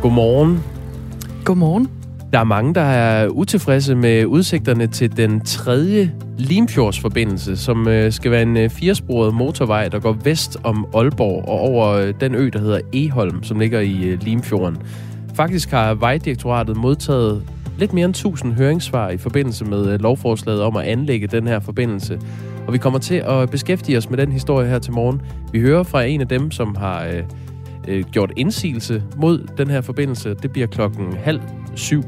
Godmorgen. Godmorgen. Der er mange, der er utilfredse med udsigterne til den 3. Limfjordsforbindelse, som skal være en 4-sporet motorvej, der går vest om Aalborg og over den ø, der hedder Egholm, som ligger i Limfjorden. Faktisk har Vejdirektoratet modtaget lidt mere end 1000 høringssvar i forbindelse med lovforslaget om at anlægge den her forbindelse. Og vi kommer til at beskæftige os med den historie her til morgen. Vi hører fra en af dem, som har gjort indsigelse mod den her forbindelse. Det bliver 6:30.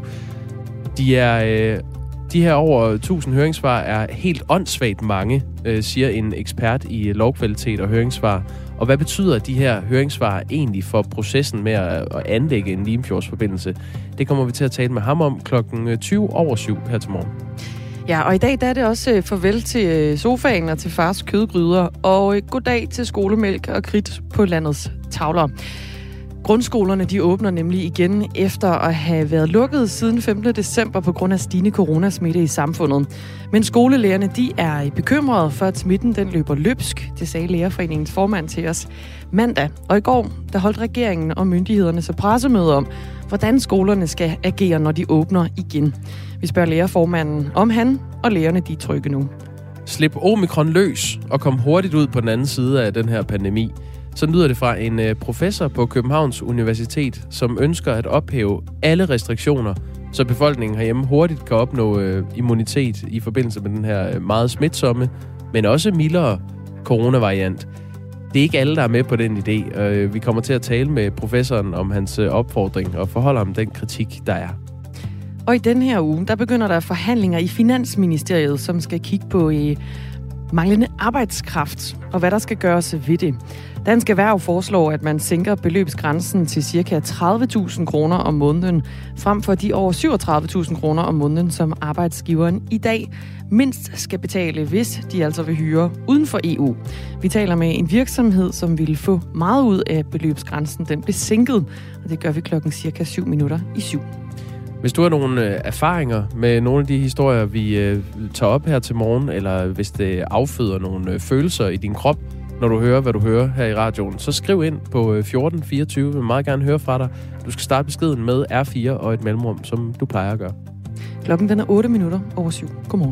De her over 1000 høringssvar er helt åndssvagt mange, siger en ekspert i lovkvalitet og høringssvar. Og hvad betyder de her høringssvar egentlig for processen med at anlægge en Limfjordsforbindelse? Det kommer vi til at tale med ham om 7:20 her til morgen. Ja, og i dag der er det også farvel til sofaen og til fars kødgryder, og goddag til skolemælk og kridt på landets tavler. Grundskolerne de åbner nemlig igen efter at have været lukket siden 15. december på grund af stigende coronasmitte i samfundet. Men skolelærerne de er bekymrede for, at smitten den løber løbsk. Det sagde Lærerforeningens formand til os mandag. Og i går der holdt regeringen og myndighederne så pressemøde om, hvordan skolerne skal agere, når de åbner igen. Vi spørger lærerformanden, om han og lærerne de er trygge nu. Slip omikron løs og kom hurtigt ud på den anden side af den her pandemi. Så lyder det fra en professor på Københavns Universitet, som ønsker at ophæve alle restriktioner, så befolkningen herhjemme hurtigt kan opnå immunitet i forbindelse med den her meget smitsomme, men også mildere coronavariant. Det er ikke alle, der er med på den idé. Vi kommer til at tale med professoren om hans opfordring og forholde om den kritik, der er. Og i den her uge, der begynder der forhandlinger i Finansministeriet, som skal kigge på manglende arbejdskraft og hvad der skal gøres ved det. Dansk Erhverv foreslår, at man sænker beløbsgrænsen til ca. 30.000 kroner om måneden, frem for de over 37.000 kroner om måneden, som arbejdsgiveren i dag mindst skal betale, hvis de altså vil hyre uden for EU. Vi taler med en virksomhed, som ville få meget ud af beløbsgrænsen. Den blev sænket, og det gør vi klokken cirka 7:07. Hvis du har nogle erfaringer med nogle af de historier, vi tager op her til morgen, eller hvis det afføder nogle følelser i din krop, når du hører, hvad du hører her i radioen, så skriv ind på 1424. Jeg vil meget gerne høre fra dig. Du skal starte beskeden med R4 og et mellemrum, som du plejer at gøre. Klokken den er 7:08. Godmorgen.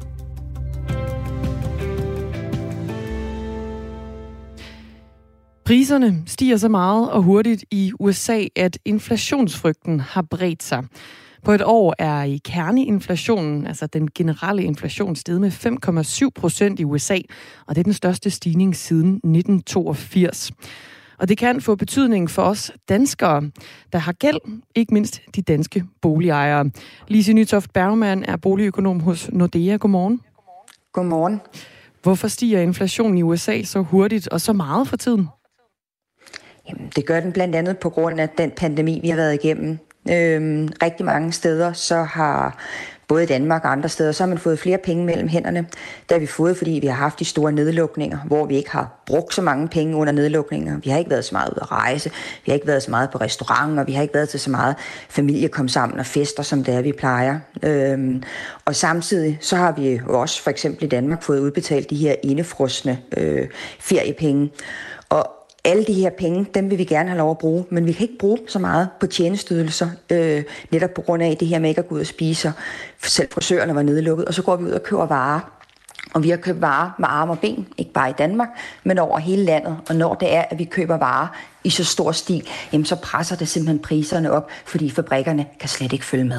Priserne stiger så meget og hurtigt i USA, at inflationsfrygten har bredt sig. På et år er i kerneinflationen, altså den generelle inflation, steget med 5,7% i USA, og det er den største stigning siden 1982. Og det kan få betydning for os danskere, der har gæld, ikke mindst de danske boligejere. Lise Nytoft Bergmann er boligøkonom hos Nordea. Godmorgen. Godmorgen. Hvorfor stiger inflationen i USA så hurtigt og så meget for tiden? Jamen, det gør den blandt andet på grund af den pandemi, vi har været igennem. Rigtig mange steder, så har både i Danmark og andre steder, så har man fået flere penge mellem hænderne. Det har vi fået, fordi vi har haft de store nedlukninger, hvor vi ikke har brugt så mange penge under nedlukninger. Vi har ikke været så meget ude at rejse, vi har ikke været så meget på restauranter, vi har ikke været til så meget familie kom sammen og fester, som det er, vi plejer. Og samtidig så har vi jo også for eksempel i Danmark fået udbetalt de her indefrosne feriepenge. Og alle de her penge, dem vil vi gerne have lov at bruge, men vi kan ikke bruge så meget på tjenesteydelser, netop på grund af det her med ikke at gå ud og spise. Selv frisørerne var nedlukket, og så går vi ud og køber varer. Og vi har købt varer med arme og ben, ikke bare i Danmark, men over hele landet. Og når det er, at vi køber varer i så stor stil, jamen så presser det simpelthen priserne op, fordi fabrikkerne kan slet ikke følge med.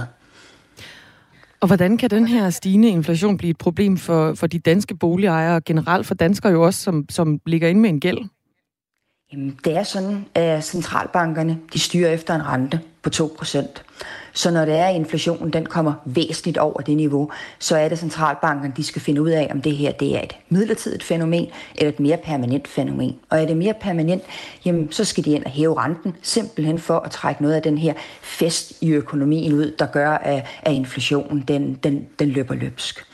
Og hvordan kan den her stigende inflation blive et problem for de danske boligejere, og generelt for danskere jo også, som ligger inde med en gæld? Det er sådan, at centralbankerne de styrer efter en rente på 2%. Så når det er, at inflationen den kommer væsentligt over det niveau, så er det centralbankerne, de skal finde ud af, om det her det er et midlertidigt fænomen eller et mere permanent fænomen. Og er det mere permanent, jamen, så skal de ind og hæve renten, simpelthen for at trække noget af den her fest i økonomien ud, der gør, at inflationen den løber løbsk.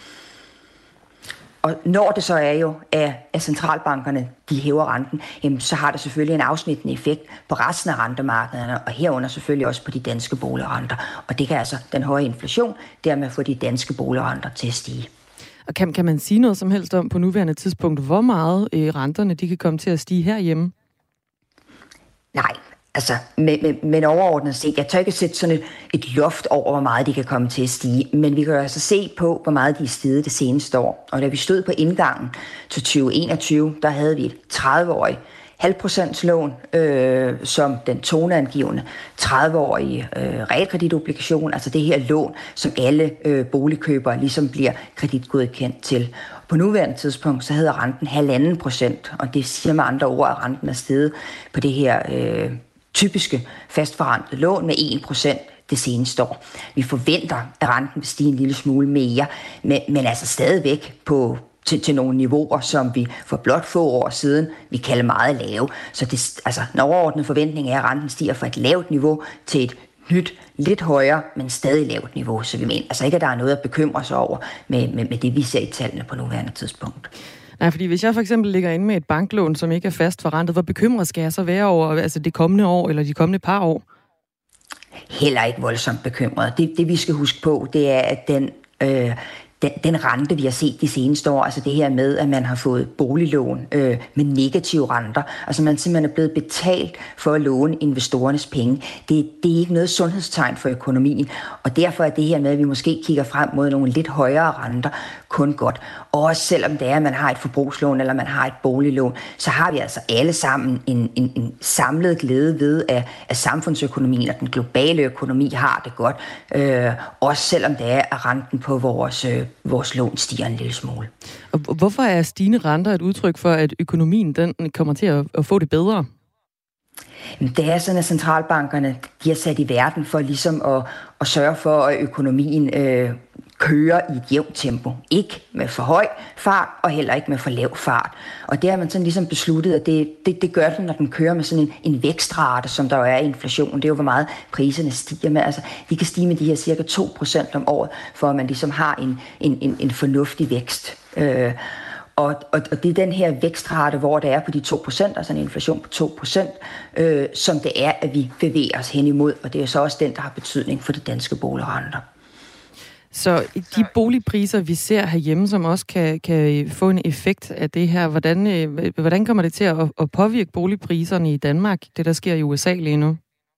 Og når det så er jo, at centralbankerne de hæver renten, jamen, så har det selvfølgelig en afsmittende effekt på resten af rentemarkederne, og herunder selvfølgelig også på de danske boligrenter. Og det kan altså den høje inflation dermed få de danske boligrenter til at stige. Og kan man sige noget som helst om på nuværende tidspunkt, hvor meget renterne de kan komme til at stige herhjemme? Nej, Altså, men overordnet set, jeg tør ikke sætte sådan et loft over, hvor meget de kan komme til at stige, men vi kan jo altså se på, hvor meget de er steget det seneste år. Og da vi stod på indgangen til 2021, der havde vi et 30-årigt 0,5% lån, som den toneangivende 30-årige realkreditobligation, altså det her lån, som alle boligkøbere ligesom bliver kreditgodkendt til. På nuværende tidspunkt, så hedder renten 1,5%, og det siger med andre ord, at renten er steget på det her typiske fastforrentede lån med 1% det seneste år. Vi forventer, at renten vil stige en lille smule mere, men altså stadigvæk til nogle niveauer, som vi for blot få år siden vi kalder meget lave. Så det, altså, en overordnet forventning er, at renten stiger fra et lavt niveau til et nyt, lidt højere, men stadig lavt niveau. Så vi mener altså ikke, at der er noget at bekymre sig over med det, vi ser i tallene på nuværende tidspunkt. Nej, fordi hvis jeg for eksempel ligger inde med et banklån, som ikke er fast forrentet, hvor bekymret skal jeg så være over altså det kommende år eller de kommende par år? Heller ikke voldsomt bekymret. Det vi skal huske på, det er, at den rente, vi har set de seneste år, altså det her med, at man har fået boliglån med negative renter, altså man simpelthen er blevet betalt for at låne investorernes penge, det er ikke noget sundhedstegn for økonomien, og derfor er det her med, at vi måske kigger frem mod nogle lidt højere renter, kun godt. Og også selvom det er, at man har et forbrugslån, eller man har et boliglån, så har vi altså alle sammen en samlet glæde ved, at samfundsøkonomien og den globale økonomi har det godt, også selvom det er, at renten på vores lån stiger en lille smule. Og hvorfor er stigende renter et udtryk for, at økonomien den kommer til at få det bedre? Det er sådan, at centralbankerne de er sat i verden for ligesom at sørge for, at økonomien kører i et jævnt tempo. Ikke med for høj fart, og heller ikke med for lav fart. Og det har man sådan ligesom besluttet, at det gør den, når den kører med sådan en vækstrate, som der jo er i inflation. Det er jo, hvor meget priserne stiger med. Altså, de kan stige med de her cirka 2% om året, for at man ligesom har en fornuftig vækst. Og det er den her vækstrate, hvor det er på de 2%, altså en inflation på 2%, som det er, at vi bevæger os hen imod. Og det er så også den, der har betydning for de danske boligrenter. Så de boligpriser, vi ser herhjemme, som også kan få en effekt af det her, hvordan kommer det til at påvirke boligpriserne i Danmark, det der sker i USA lige nu?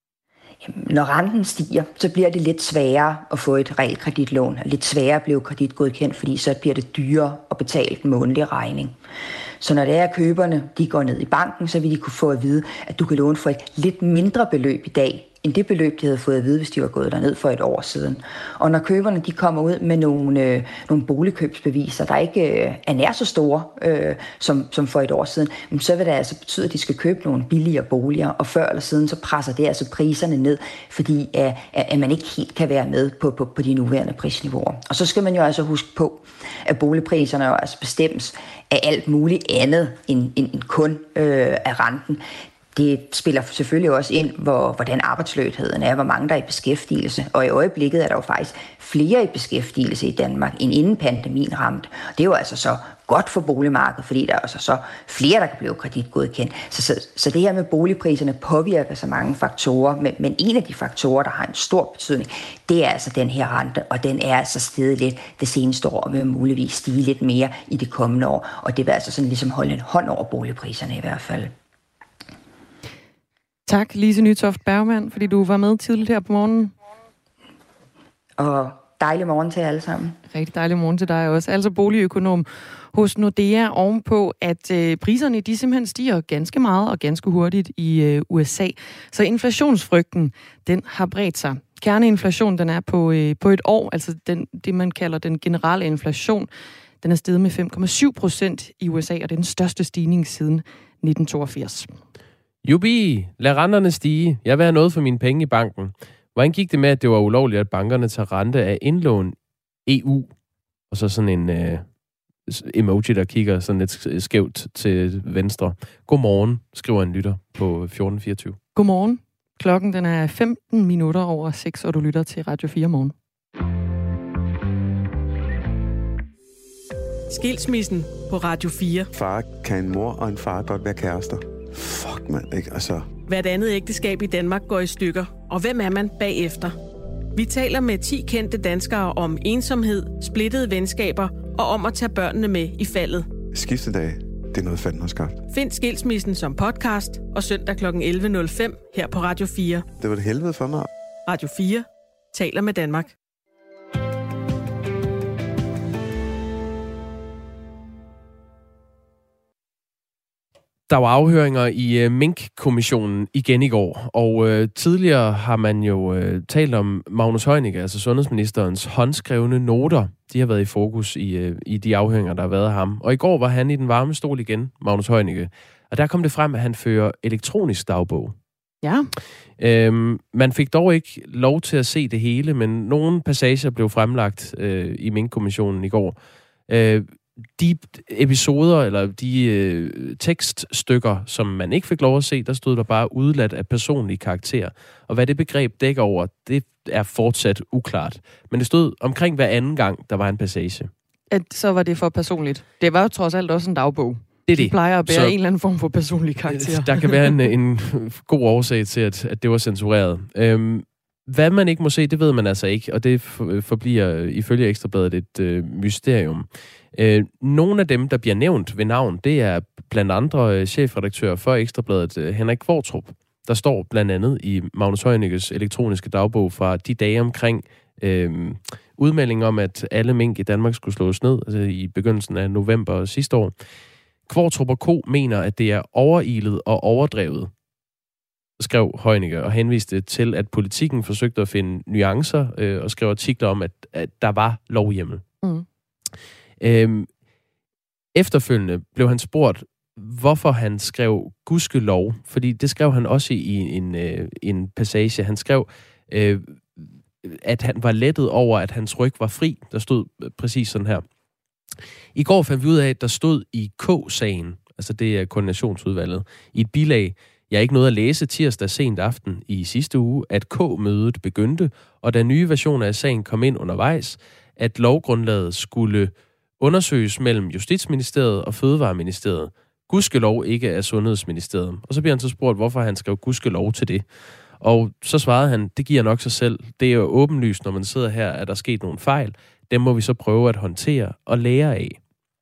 Når renten stiger, så bliver det lidt sværere at få et realkreditlån, lidt sværere at blive kreditgodkendt, fordi så bliver det dyrere at betale den månedlige regning. Så når det er, at køberne de går ned i banken, så vil de kunne få at vide, at du kan låne for et lidt mindre beløb i dag, end det beløb, de havde fået at vide, hvis de var gået derned for et år siden. Og når køberne de kommer ud med nogle boligkøbsbeviser, der ikke er nær så store som for et år siden, så vil det altså betyde, at de skal købe nogle billigere boliger, og før eller siden så presser det altså priserne ned, fordi at man ikke helt kan være med på de nuværende prisniveauer. Og så skal man jo altså huske på, at boligpriserne jo altså bestemmes af alt muligt andet end kun af renten. Det spiller selvfølgelig også ind, hvordan arbejdsløsheden er, hvor mange der er i beskæftigelse. Og i øjeblikket er der jo faktisk flere i beskæftigelse i Danmark, end inden pandemien ramte. Det er jo altså så godt for boligmarkedet, fordi der er altså så flere, der kan blive kreditgodkendt. Så det her med boligpriserne påvirker så mange faktorer, men en af de faktorer, der har en stor betydning, det er altså den her rente, og den er altså steget lidt det seneste år, og vil muligvis stige lidt mere i det kommende år. Og det vil altså sådan ligesom holde en hånd over boligpriserne i hvert fald. Tak, Lise Nytoft Bergmann, fordi du var med tidligt her på morgenen. Og dejlig morgen til alle sammen. Rigtig dejlig morgen til dig også. Altså boligøkonom hos Nordea ovenpå, at priserne de simpelthen stiger ganske meget og ganske hurtigt i USA. Så inflationsfrygten, den har bredt sig. Kerneinflation, den er på et år, altså det man kalder den generelle inflation, den er steget med 5,7% i USA, og det er den største stigning siden 1982. Jubi, lad renterne stige. Jeg vil have noget for mine penge i banken. Hvordan gik det med, at det var ulovligt, at bankerne tager rente af indlån EU? Og så sådan en emoji, der kigger sådan lidt skævt til venstre. Godmorgen, skriver en lytter på 1424. Godmorgen. Klokken den er 15 minutter over 6, og du lytter til Radio 4 morgen. Skilsmissen på Radio 4. Far kan en mor og en far godt være kærester. Fuck, mand, ikke? Altså. Hvert andet ægteskab i Danmark går i stykker. Og hvem er man bagefter? Vi taler med 10 kendte danskere om ensomhed, splittede venskaber og om at tage børnene med i faldet. Skiftedag. Det er noget, fanden har skabt. Find Skilsmissen som podcast og søndag kl. 11.05 her på Radio 4. Det var det helvede for mig. Radio 4 taler med Danmark. Der var afhøringer i Mink-kommissionen igen i går, og tidligere har man jo talt om Magnus Heunicke, altså sundhedsministerens håndskrevne noter. De har været i fokus i de afhøringer, der har været af ham. Og i går var han i den varme stol igen, Magnus Heunicke. Og der kom det frem, at han fører elektronisk dagbog. Ja. Man fik dog ikke lov til at se det hele, men nogle passager blev fremlagt i Mink-kommissionen i går. De episoder, eller de tekststykker, som man ikke fik lov at se, der stod der bare udladt af personlige karakterer. Og hvad det begreb dækker over, det er fortsat uklart. Men det stod omkring hver anden gang, der var en passage. At så var det for personligt. Det var jo trods alt også en dagbog. Det er det. De plejer at bære en eller anden form for personlig karakter. Der kan være en god årsag til, at det var censureret. Hvad man ikke må se, det ved man altså ikke, og det forbliver ifølge Ekstra Bladet et mysterium. Nogle af dem, der bliver nævnt ved navn, det er blandt andre chefredaktør for Ekstra Bladet, Henrik Qvortrup. Der står blandt andet i Magnus Heunickes elektroniske dagbog fra de dage omkring udmeldingen om, at alle mink i Danmark skulle slås ned, altså i begyndelsen af november sidste år. Qvortrup og Co. mener, at det er overilet og overdrevet, skrev Heunicke, og henviste til, at Politikken forsøgte at finde nuancer og skrev artikler om, at der var lovhjemmel. Efterfølgende blev han spurgt, hvorfor han skrev gudskelov, fordi det skrev han også i en passage. Han skrev, at han var lettet over, at hans ryg var fri. Der stod præcis sådan her. I går fandt vi ud af, at der stod i K-sagen, altså det er koordinationsudvalget, i et bilag, jeg ikke nåede at læse tirsdag sent aften i sidste uge, at K-mødet begyndte, og da nye versioner af sagen kom ind undervejs, at lovgrundlaget skulle undersøges mellem Justitsministeriet og Fødevareministeriet. Gudskelov ikke af Sundhedsministeriet. Og så bliver han så spurgt, hvorfor han skrev gudskelov til det. Og så svarede han, det giver nok sig selv. Det er jo åbenlyst, når man sidder her, at der er sket nogle fejl. Dem må vi så prøve at håndtere og lære af.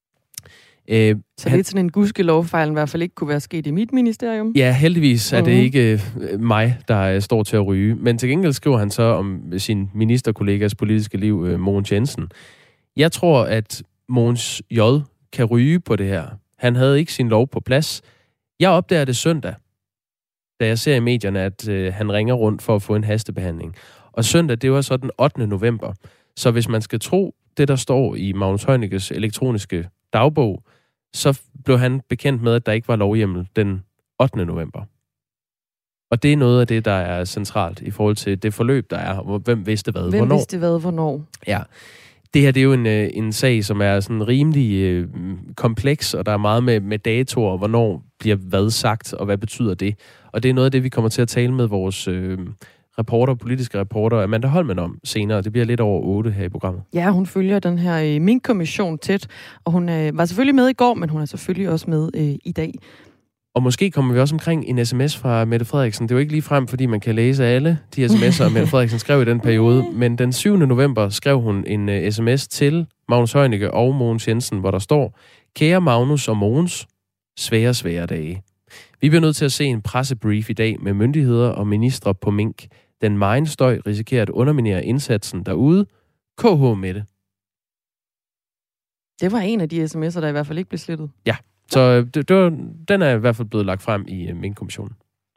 Så lidt sådan en gudskelovfejl i hvert fald ikke kunne være sket i mit ministerium? Ja, heldigvis er det ikke mig, der står til at ryge. Men til gengæld skriver han så om sin ministerkollegas politiske liv, Mogens Jensen. Jeg tror, at Mogens J. kan ryge på det her. Han havde ikke sin lov på plads. Jeg opdager det søndag, da jeg ser i medierne, at han ringer rundt for at få en hastebehandling. Og søndag, det var så den 8. november. Så hvis man skal tro det, der står i Magnus Heunickes elektroniske dagbog, så blev han bekendt med, at der ikke var lovhjemmel den 8. november. Og det er noget af det, der er centralt i forhold til det forløb, der er. Hvem vidste hvad, hvornår? Hvem vidste hvad, hvornår? Ja. Det her, det er jo en sag, som er sådan rimelig kompleks, og der er meget med datoer, hvornår bliver hvad sagt, og hvad betyder det. Og det er noget af det, vi kommer til at tale med vores politiske reporter Amanda Holmen om senere. Det bliver lidt over 8 her i programmet. Ja, hun følger den her Mink-kommission tæt, og hun var selvfølgelig med i går, men hun er selvfølgelig også med i dag. Og måske kommer vi også omkring en sms fra Mette Frederiksen. Det er jo ikke lige frem, fordi man kan læse alle de sms'er, Mette Frederiksen skrev i den periode. Men den 7. november skrev hun en sms til Magnus Heunicke og Mogens Jensen, hvor der står: Kære Magnus og Mogens, svære dage. Vi bliver nødt til at se en pressebrief i dag med myndigheder og ministre på Mink. Den megen støj risikerer at underminere indsatsen derude. KH Mette. Det var en af de sms'er, der i hvert fald ikke blev slettet. Ja. Så den er i hvert fald blevet lagt frem i Mink-kommissionen.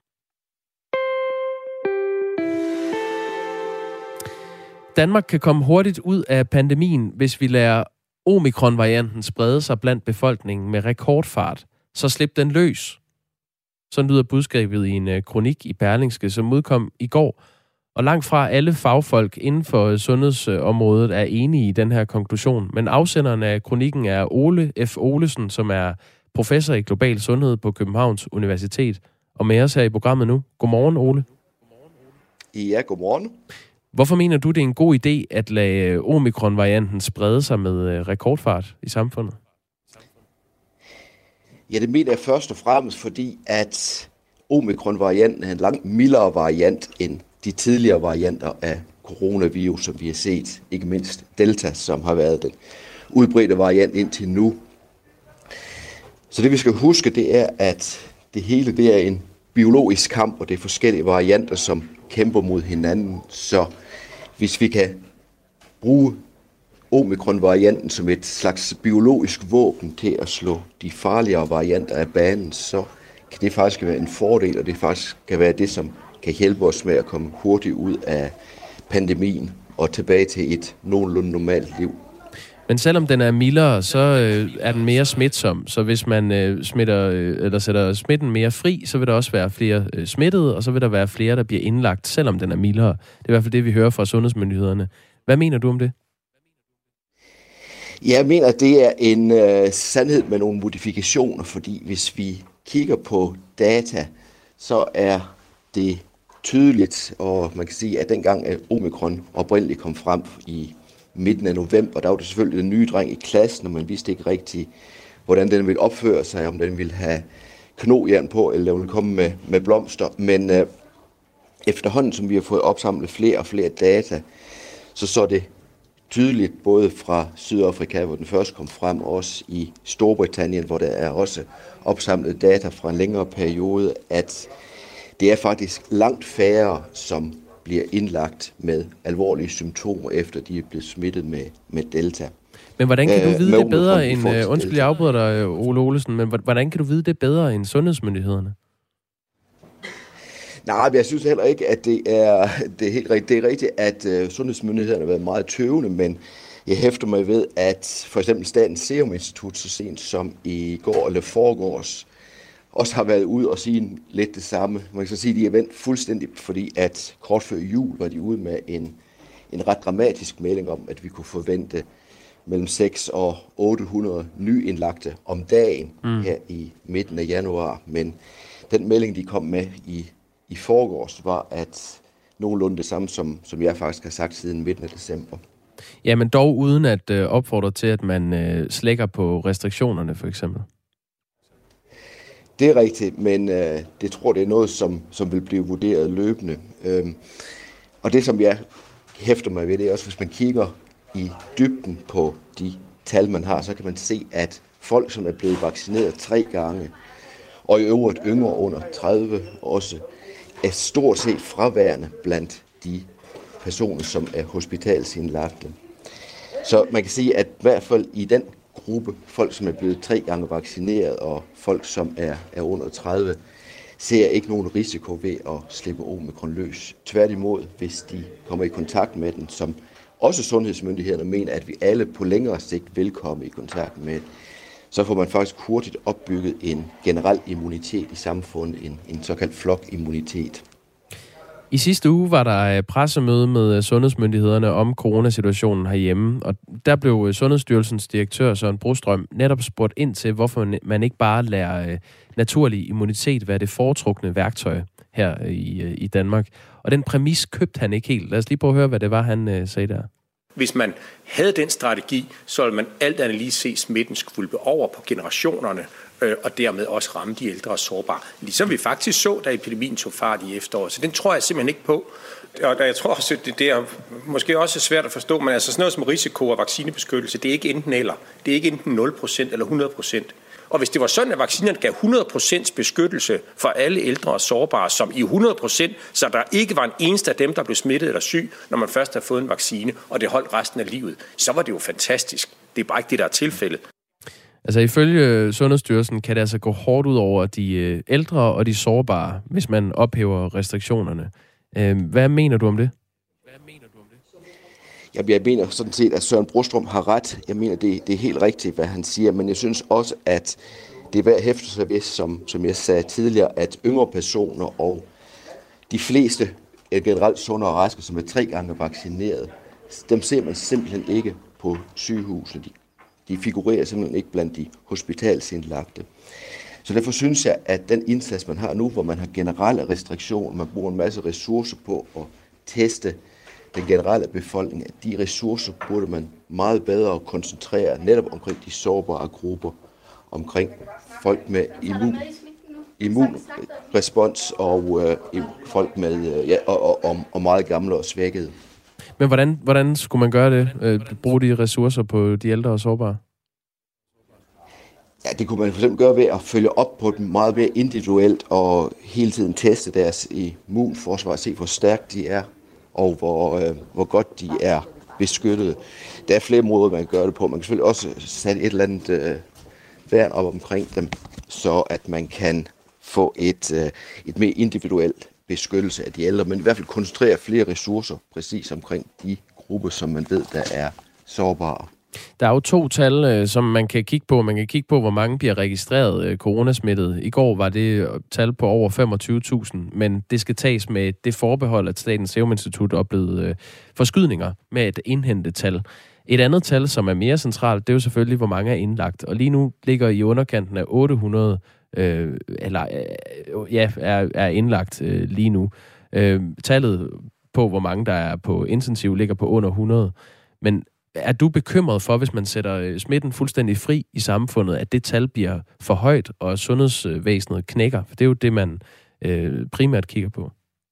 Danmark kan komme hurtigt ud af pandemien, hvis vi lader omikron-varianten sprede sig blandt befolkningen med rekordfart. Så slip den løs. Sådan lyder budskabet i en kronik i Berlingske, som udkom i går. Og langt fra alle fagfolk inden for sundhedsområdet er enige i den her konklusion. Men afsenderen af kronikken er Ole F. Olesen, som er professor i global sundhed på Københavns Universitet. Og med os her i programmet nu. Godmorgen, Ole. Ja, godmorgen. Hvorfor mener du, det er en god idé at lade omikron-varianten sprede sig med rekordfart i samfundet? Ja, det mener jeg først og fremmest, fordi at omikron-varianten er en langt mildere variant end de tidligere varianter af coronavirus, som vi har set, ikke mindst Delta, som har været den udbredte variant indtil nu. Så det vi skal huske, det er, at det hele det er en biologisk kamp, og det er forskellige varianter, som kæmper mod hinanden. Så hvis vi kan bruge omikron-varianten som et slags biologisk våben til at slå de farligere varianter af banen, så kan det faktisk være en fordel, og det faktisk kan være det, som kan hjælpe os med at komme hurtigt ud af pandemien og tilbage til et nogenlunde normalt liv. Men selvom den er mildere, så er den mere smitsom. Så hvis man sætter smitten mere fri, så vil der også være flere smittede, og så vil der være flere, der bliver indlagt, selvom den er mildere. Det er i hvert fald det, vi hører fra sundhedsmyndighederne. Hvad mener du om det? Jeg mener, at det er en sandhed med nogle modifikationer, fordi hvis vi kigger på data, så er det tydeligt, og man kan sige, at dengang omikron oprindeligt kom frem i midten af november, der var det selvfølgelig den nye dreng i klassen, og man vidste ikke rigtigt, hvordan den ville opføre sig, om den ville have knogjern på, eller den ville komme med blomster. Men efterhånden, som vi har fået opsamlet flere og flere data, så det tydeligt både fra Sydafrika, hvor den først kom frem, og også i Storbritannien, hvor der er også opsamlet data fra en længere periode, at det er faktisk langt færre, som bliver indlagt med alvorlige symptomer, efter de er blevet smittet med Delta. Men hvordan kan du vide det bedre end... Undskyld, jeg afbryder dig, Ole Olesen, men hvordan kan du vide det bedre end sundhedsmyndighederne? Nej, jeg synes heller ikke, at det er helt rigtigt. Det er rigtigt, at sundhedsmyndighederne har været meget tøvende, men jeg hæfter mig ved, at for eksempel Statens Serum Institut så sent som i går eller forgårs også har været ude og sige lidt det samme. Man kan så sige, at de er vendt fuldstændig, fordi at kort før jul var de ude med en ret dramatisk melding om, at vi kunne forvente mellem 600 og 800 nyindlagte om dagen her i midten af januar. Men den melding, de kom med i forgårs, var at nogenlunde det samme, som jeg faktisk har sagt siden midten af december. Ja, men dog uden at opfordre til, at man slækker på restriktionerne, for eksempel. Det er rigtigt, men det tror det er noget, som vil blive vurderet løbende. Og det, som jeg hæfter mig ved, det er også, hvis man kigger i dybden på de tal, man har, så kan man se, at folk, som er blevet vaccineret 3 gange, og i øvrigt yngre under 30 også, er stort set fraværende blandt de personer, som er hospitalsindlagte. Så man kan sige, at i hvert fald i den gruppe, folk som er blevet 3 gange vaccineret, og folk som er under 30, ser ikke nogen risiko ved at slippe omikron løs. Tværtimod, hvis de kommer i kontakt med den, som også sundhedsmyndighederne mener, at vi alle på længere sigt vil komme i kontakt med, så får man faktisk hurtigt opbygget en generel immunitet i samfundet, en såkaldt flokimmunitet. I sidste uge var der pressemøde med sundhedsmyndighederne om coronasituationen herhjemme, og der blev Sundhedsstyrelsens direktør Søren Brostrøm netop spurgt ind til, hvorfor man ikke bare lader naturlig immunitet være det foretrukne værktøj her i Danmark. Og den præmis købte han ikke helt. Lad os lige prøve at høre, hvad det var, han sagde der. Hvis man havde den strategi, så ville man alt andet lige se smitten skvulpe over på generationerne, og dermed også ramme de ældre og sårbare. Ligesom vi faktisk så, da epidemien tog fart i efteråret. Så den tror jeg simpelthen ikke på. Og jeg tror også, at det er måske også svært at forstå, men altså sådan noget som risiko og vaccinebeskyttelse, det er ikke enten eller. Det er ikke enten 0% eller 100%. Og hvis det var sådan, at vaccinerne gav 100% beskyttelse for alle ældre og sårbare, som i 100%, så der ikke var en eneste af dem, der blev smittet eller syg, når man først havde fået en vaccine, og det holdt resten af livet, så var det jo fantastisk. Det er bare ikke det, der er tilfældet. Altså ifølge Sundhedsstyrelsen kan det altså gå hårdt ud over de ældre og de sårbare, hvis man ophæver restriktionerne. Hvad mener du om det? Jeg mener sådan set, at Søren Brostrøm har ret. Jeg mener, det er helt rigtigt, hvad han siger, men jeg synes også, at det er værd at hæfte sig ved, som jeg sagde tidligere, at yngre personer og de fleste generelt sunde og raske, som er 3 gange vaccineret, dem ser man simpelthen ikke på sygehusene. De figurerer simpelthen ikke blandt de hospitalsindlagte. Så derfor synes jeg, at den indsats, man har nu, hvor man har generelle restriktioner, man bruger en masse ressourcer på at teste den generelle befolkning, at de ressourcer burde man meget bedre koncentrere netop omkring de sårbare grupper, omkring folk med immunrespons og folk med og meget gamle og svækkede. Men hvordan skulle man gøre det? Bruge de ressourcer på de ældre og sårbare? Ja, det kunne man for eksempel gøre ved at følge op på dem meget mere individuelt og hele tiden teste deres immunforsvar, se hvor stærkt de er og hvor godt de er beskyttet. Der er flere måder, man kan gøre det på. Man kan selvfølgelig også sætte et eller andet værn op omkring dem, så at man kan få et mere individuelt beskyttelse af de ældre, men i hvert fald koncentrere flere ressourcer præcis omkring de grupper, som man ved, der er sårbare. Der er jo 2 tal, som man kan kigge på. Man kan kigge på, hvor mange bliver registreret coronasmittet. I går var det tal på over 25.000, men det skal tages med det forbehold, at Statens Serum Institut oplevede forskydninger med et indhente tal. Et andet tal, som er mere centralt, det er jo selvfølgelig, hvor mange er indlagt. Og lige nu ligger i underkanten af 800, er indlagt lige nu. Tallet på, hvor mange der er på intensiv, ligger på under 100. Men er du bekymret for, hvis man sætter smitten fuldstændig fri i samfundet, at det tal bliver for højt, og sundhedsvæsenet knækker? For det er jo det, man primært kigger på.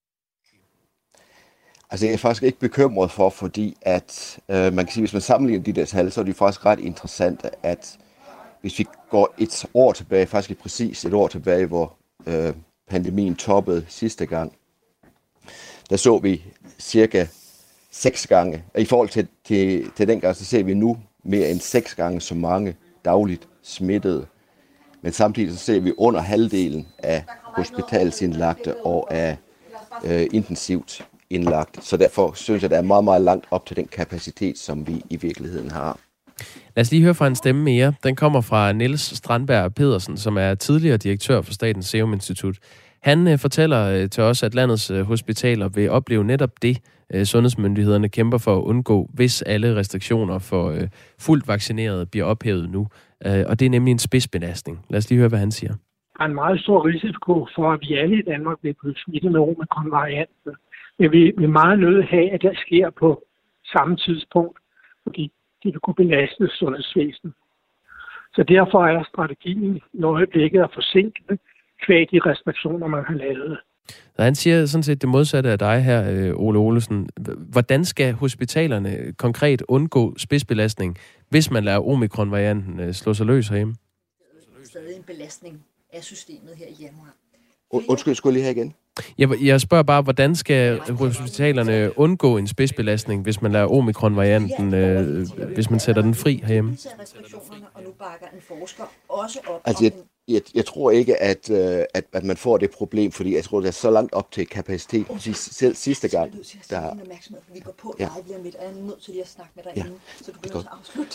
Altså jeg er faktisk ikke bekymret for, fordi at man kan sige, hvis man sammenligner de der tal, så er det faktisk ret interessante, at hvis vi går et år tilbage, faktisk præcis et år tilbage, hvor pandemien toppede sidste gang, der så vi cirka 6 gange. I forhold til den gang, så ser vi nu mere end 6 gange så mange dagligt smittede. Men samtidig så ser vi under halvdelen af hospitalsindlagte og af intensivt indlagt. Så derfor synes jeg, der er meget, meget langt op til den kapacitet, som vi i virkeligheden har. Lad os lige høre fra en stemme mere. Den kommer fra Niels Strandberg Pedersen, som er tidligere direktør for Statens Serum Institut. Han fortæller til os, at landets hospitaler vil opleve netop det, sundhedsmyndighederne kæmper for at undgå, hvis alle restriktioner for fuldt vaccinerede bliver ophævet nu. Og det er nemlig en spidsbelastning. Lad os lige høre, hvad han siger. Der er en meget stor risiko for, at vi alle i Danmark bliver smittet med omikron-varianten. Men vi vil meget nødt have, at det sker på samme tidspunkt, fordi det vil kunne belaste sundhedsvæsenet. Så derfor er strategien i øjeblikket at forsinke kvæg de restriktioner, man har lavet. Så han siger sådan set det modsatte af dig her, Ole Olesen. Hvordan skal hospitalerne konkret undgå spidsbelastning, hvis man lader omikron-varianten slå sig løs herhjemme? Det er stadig en belastning af systemet her i januar. Undskyld, skulle jeg lige her igen? Jeg spørger bare, hvordan skal hospitalerne undgå en spidsbelastning, hvis man lader omikron-varianten, hvis man sætter den fri herhjemme? Og nu bakker en forsker også op altså, jeg tror ikke, at man får det problem, fordi jeg tror, det er så langt op til kapacitet. Selv sidste gang. Vi går på dig lige om lidt, og jeg er nødt til lige at snakke med dig inden, så du bliver afslutte.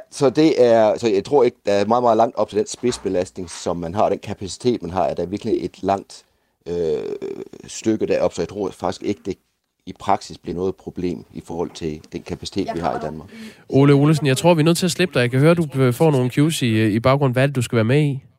Så jeg tror ikke, der er meget, meget langt op til den spidsbelastning, som man har, den kapacitet, man har, at der er virkelig et langt stykke derop, så jeg tror faktisk ikke, det i praksis bliver noget problem i forhold til den kapacitet, vi har i Danmark. Ole Olesen, jeg tror, vi er nødt til at slippe dig. Jeg kan høre, du får nogle cues i baggrund. Hvad er det, du skal være med i?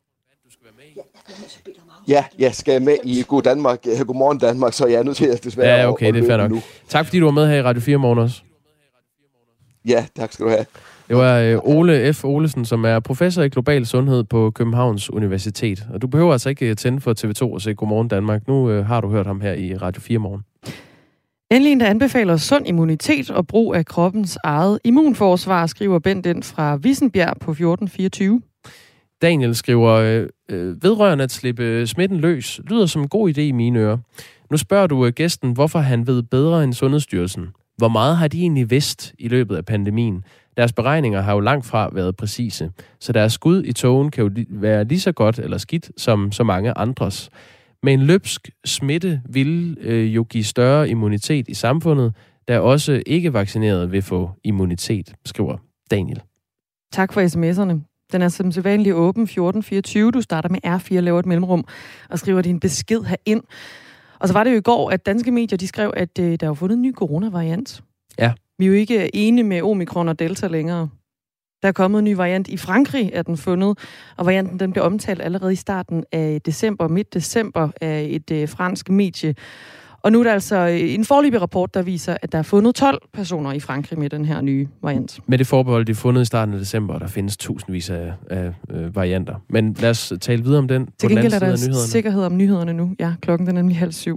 Ja, jeg skal med i Godmorgen Danmark, så jeg er nødt til at desværre... Ja, okay, det er fair nok. Tak fordi du var med her i Radio 4 morgen også. Ja, tak skal du have. Det var Ole F. Olesen, som er professor i global sundhed på Københavns Universitet. Og du behøver altså ikke tænde for TV2 og se Godmorgen Danmark. Nu har du hørt ham her i Radio 4 morgen. Endelig der anbefaler sund immunitet og brug af kroppens eget immunforsvar, skriver Bent ind fra Vissenbjerg på 1424. Daniel skriver, vedrørende at slippe smitten løs, lyder som en god idé i mine ører. Nu spørger du gæsten, hvorfor han ved bedre end Sundhedsstyrelsen. Hvor meget har de egentlig vidst i løbet af pandemien? Deres beregninger har jo langt fra været præcise, så deres skud i togen kan jo være lige så godt eller skidt som så mange andres. Men en løbsk smitte vil jo give større immunitet i samfundet, der også ikke vaccinerede vil få immunitet, skriver Daniel. Tak for sms'erne. Den er som sædvanligt åben 1424. Du starter med R4, laver et mellemrum og skriver din besked herind. Og så var det jo i går, at danske medier de skrev, at der er fundet en ny coronavariant. Ja. Vi er jo ikke enige med omikron og delta længere. Der er kommet en ny variant i Frankrig, er den fundet, og varianten den blev omtalt allerede i starten af december, midt december, af et fransk medie. Og nu er der altså en foreløbig rapport, der viser, at der er fundet 12 personer i Frankrig med den her nye variant. Med det forbehold, de er fundet i starten af december, og der findes tusindvis af varianter. Men lad os tale videre om den på den anden side af nyhederne. Til gengæld er der sikkerhed om nyhederne nu. Ja, klokken er nemlig 6:30.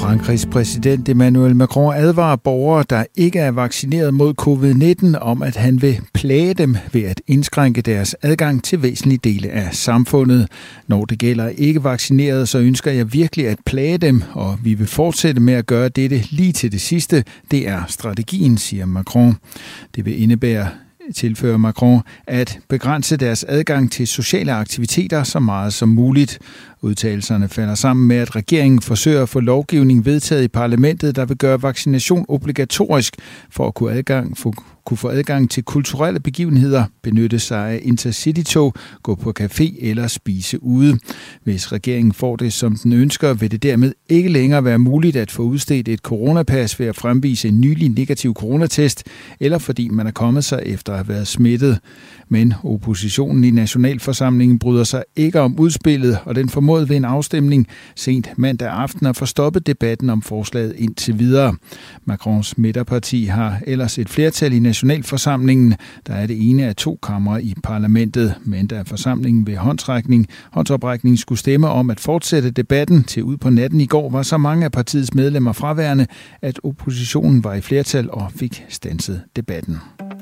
Frankrigs præsident Emmanuel Macron advarer borgere, der ikke er vaccineret mod covid-19, om at han vil plage dem ved at indskrænke deres adgang til væsentlige dele af samfundet. Når det gælder ikke vaccinerede, så ønsker jeg virkelig at plage dem, og vi vil fortsætte med at gøre dette lige til det sidste. Det er strategien, siger Macron. Det vil indebære, tilfører Macron, at begrænse deres adgang til sociale aktiviteter så meget som muligt. Udtalelserne falder sammen med, at regeringen forsøger at få lovgivning vedtaget i parlamentet, der vil gøre vaccination obligatorisk for at kunne få adgang til kulturelle begivenheder, benytte sig af intercity-tog, gå på café eller spise ude. Hvis regeringen får det, som den ønsker, vil det dermed ikke længere være muligt at få udstedt et coronapas ved at fremvise en nylig negativ coronatest, eller fordi man er kommet sig efter at have været smittet. Men oppositionen i Nationalforsamlingen bryder sig ikke om udspillet, og den formåede ved en afstemning sent mandag aften at få stoppet debatten om forslaget indtil videre. Macrons midterparti har ellers et flertal i Nationalforsamlingen, der er det ene af 2 kamre i parlamentet, men da forsamlingen ved håndsoprækning skulle stemme om at fortsætte debatten til ud på natten i går, var så mange af partiets medlemmer fraværende, at oppositionen var i flertal og fik standset debatten.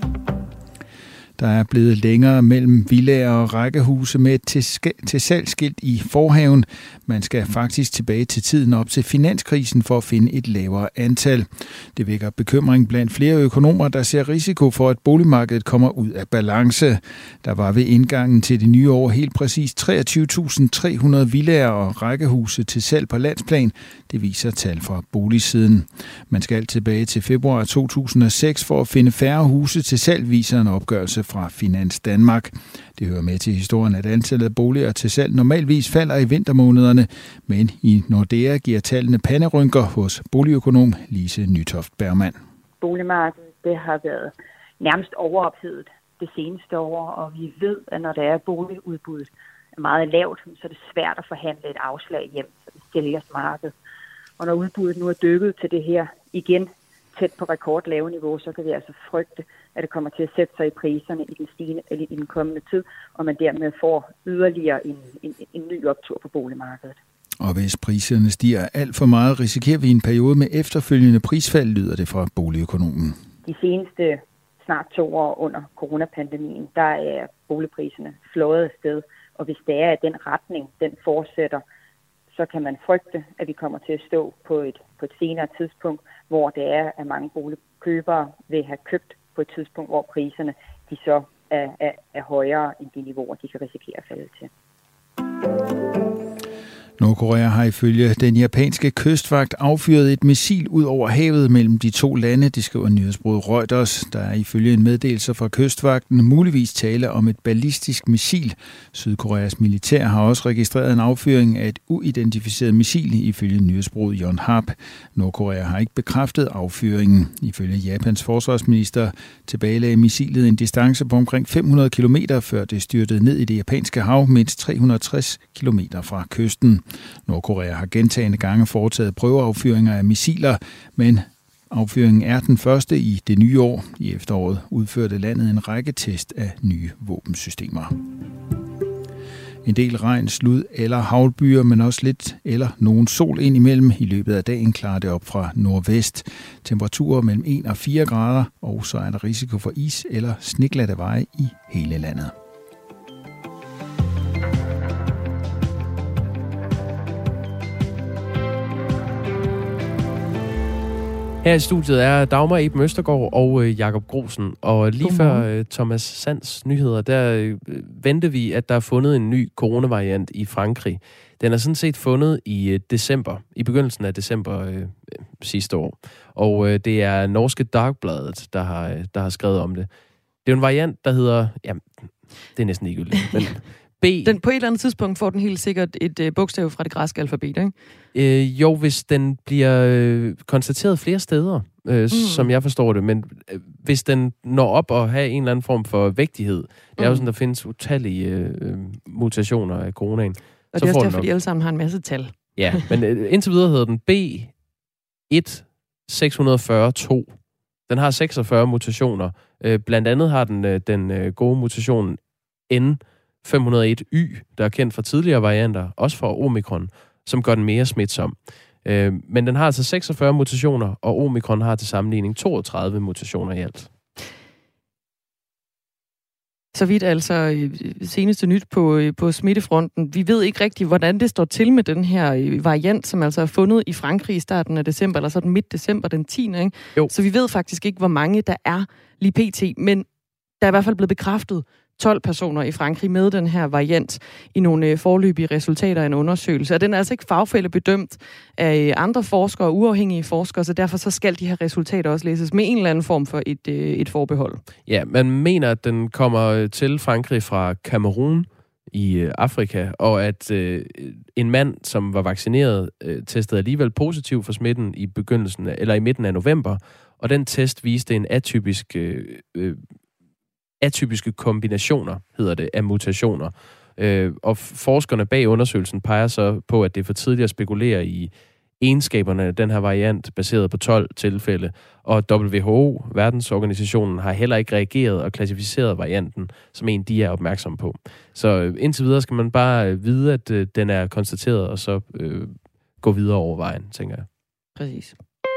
Der er blevet længere mellem villaer og rækkehuse med et til salgsskilt i forhaven. Man skal faktisk tilbage til tiden op til finanskrisen for at finde et lavere antal. Det vækker bekymring blandt flere økonomer, der ser risiko for, at boligmarkedet kommer ud af balance. Der var ved indgangen til det nye år helt præcis 23.300 villaer og rækkehuse til salg på landsplan. Det viser tal fra boligsiden. Man skal tilbage til februar 2006 for at finde færre huse til salg, viser en opgørelse fra Finans Danmark. Det hører med til historien, at antallet af boliger til salg normalvis falder i vintermånederne, men i Nordea giver tallene panderynker hos boligøkonom Lise Nytoft Bergmann. Boligmarkedet det har været nærmest overophedet det seneste år, og vi ved, at når der er boligudbuddet er meget lavt, så er det svært at forhandle et afslag hjem på det sælgersmarked. Og når udbuddet nu er dykket til det her igen tæt på rekordlave niveau, så kan vi altså frygte, at det kommer til at sætte sig i priserne i den kommende tid, og man dermed får yderligere en ny optur på boligmarkedet. Og hvis priserne stiger alt for meget, risikerer vi en periode med efterfølgende prisfald, lyder det fra boligøkonomen. De seneste snart 2 år under coronapandemien, der er boligpriserne flået afsted, og hvis det er, at den retning, den fortsætter, så kan man frygte, at vi kommer til at stå på et senere tidspunkt, hvor det er, at mange boligkøbere vil have købt på et tidspunkt, hvor priserne de så er højere end de niveauer, de kan risikere at falde til. Nordkorea har ifølge den japanske kystvagt affyret et missil ud over havet mellem de 2 lande, det skriver nyhedsbureauet Reuters. Der er ifølge en meddelelse fra kystvagten muligvis tale om et ballistisk missil. Sydkoreas militær har også registreret en affyring af et uidentificeret missil, ifølge nyhedsbureauet Yonhap. Nordkorea har ikke bekræftet affyringen. Ifølge Japans forsvarsminister tilbagelagde missilet en distance på omkring 500 km, før det styrtede ned i det japanske hav, mindst 360 km fra kysten. Nordkorea har gentagne gange foretaget prøveaffyringer af missiler, men affyringen er den første i det nye år. I efteråret udførte landet en række test af nye våbensystemer. En del regn, slud eller haglbyer, men også lidt eller nogen sol indimellem. I løbet af dagen klarer det op fra nordvest. Temperaturer mellem 1 og 4 grader, og så er der risiko for is eller sneglatte veje i hele landet. Her i studiet er Dagmar Eben Østergaard og Jakob Grosen. Og lige før Thomas Sands nyheder, der venter vi, at der er fundet en ny coronavariant i Frankrig. Den er sådan set fundet i december, i begyndelsen af december sidste år. Og det er norske Dagbladet, der har skrevet om det. Det er en variant, der hedder... Jamen, det er næsten ligegyldigt, men... Den på et eller andet tidspunkt får den helt sikkert et bogstav fra det græske alfabet, ikke? Jo, hvis den bliver konstateret flere steder, som jeg forstår det. Men hvis den når op og have en eller anden form for vægtighed, det er jo sådan, der findes utallige mutationer af coronaen. Og det er også derfor, de alle sammen har en masse tal. Ja, men indtil videre hedder den B1-640-2. Den har 46 mutationer. Blandt andet har den gode mutation N501Y, der er kendt fra tidligere varianter, også fra Omikron, som gør den mere smitsom. Men den har altså 46 mutationer, og omikron har til sammenligning 32 mutationer i alt. Så vidt altså seneste nyt på smittefronten. Vi ved ikke rigtigt, hvordan det står til med den her variant, som altså er fundet i Frankrig i starten af december, eller så den midt december den 10. Ikke? Jo. Så vi ved faktisk ikke, hvor mange der er lige pt. Men der er i hvert fald blevet bekræftet 12 personer i Frankrig med den her variant i nogle foreløbige resultater af en undersøgelse. Og den er altså ikke fagfællebedømt af andre forskere, uafhængige forskere, så derfor så skal de her resultater også læses med en eller anden form for et forbehold. Ja, man mener, at den kommer til Frankrig fra Cameroun i Afrika, og at en mand, som var vaccineret, testede alligevel positiv for smitten i i midten af november, og den test viste en atypiske kombinationer, hedder det, af mutationer. Og forskerne bag undersøgelsen peger så på, at det er for tidligt at spekulere i egenskaberne af den her variant, baseret på 12 tilfælde. Og WHO, verdensorganisationen, har heller ikke reageret og klassificeret varianten som en, de er opmærksomme på. Så indtil videre skal man bare vide, at den er konstateret, og så gå videre over vejen, tænker jeg. Præcis.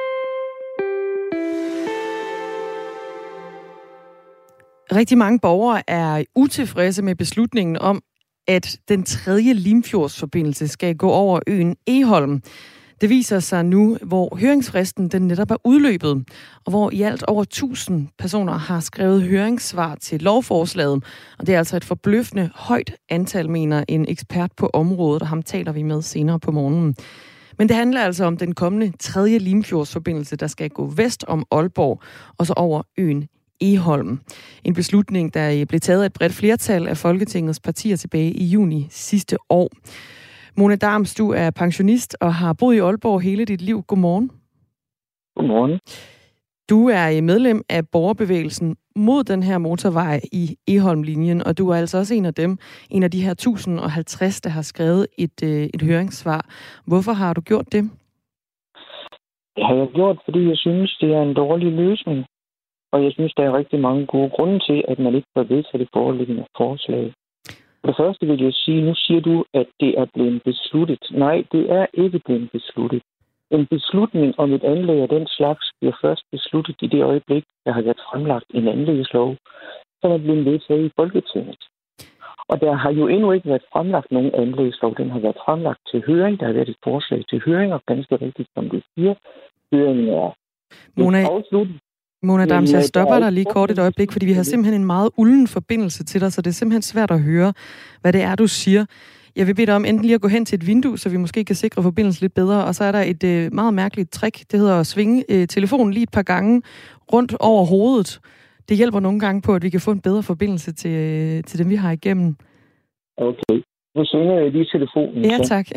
Rigtig mange borgere er utilfredse med beslutningen om, at den tredje Limfjordsforbindelse skal gå over øen Egholm. Det viser sig nu, hvor høringsfristen den netop er udløbet, og hvor i alt over 1000 personer har skrevet høringssvar til lovforslaget. Og det er altså et forbløffende højt antal, mener en ekspert på området, og ham taler vi med senere på morgenen. Men det handler altså om den kommende tredje Limfjordsforbindelse, der skal gå vest om Aalborg, og så over øen Egholm. En beslutning, der blev taget af et bredt flertal af Folketingets partier tilbage i juni sidste år. Mona Darms, du er pensionist og har boet i Aalborg hele dit liv. Godmorgen. Godmorgen. Du er medlem af borgerbevægelsen mod den her motorvej i Egholm-linjen, og du er altså også en af de her 1050, der har skrevet et høringssvar. Hvorfor har du gjort det? Det har jeg gjort, fordi jeg synes, det er en dårlig løsning. Og jeg synes, der er rigtig mange gode grunde til, at man ikke bør vedtage det foreliggende forslag. For det første vil jeg sige, nu siger du, at det er blevet besluttet. Nej, det er ikke blevet besluttet. En beslutning om et anlæg af den slags bliver først besluttet i det øjeblik, der har været fremlagt en anlægslov, som er blevet vedtaget i Folketinget. Og der har jo endnu ikke været fremlagt nogen anlægslov. Den har været fremlagt til høring. Der har været et forslag til høring, og ganske rigtigt, som du siger, høringen er afsluttet. Mona Dams, jeg stopper dig lige kort et øjeblik, fordi vi har simpelthen en meget ulden forbindelse til dig, så det er simpelthen svært at høre, hvad det er, du siger. Jeg vil bede dig om enten lige at gå hen til et vindue, så vi måske kan sikre forbindelsen lidt bedre, og så er der et meget mærkeligt trick, det hedder at svinge telefonen lige et par gange rundt over hovedet. Det hjælper nogle gange på, at vi kan få en bedre forbindelse til dem, vi har igennem. Okay, nu svinger jeg lige telefonen. Ja, tak.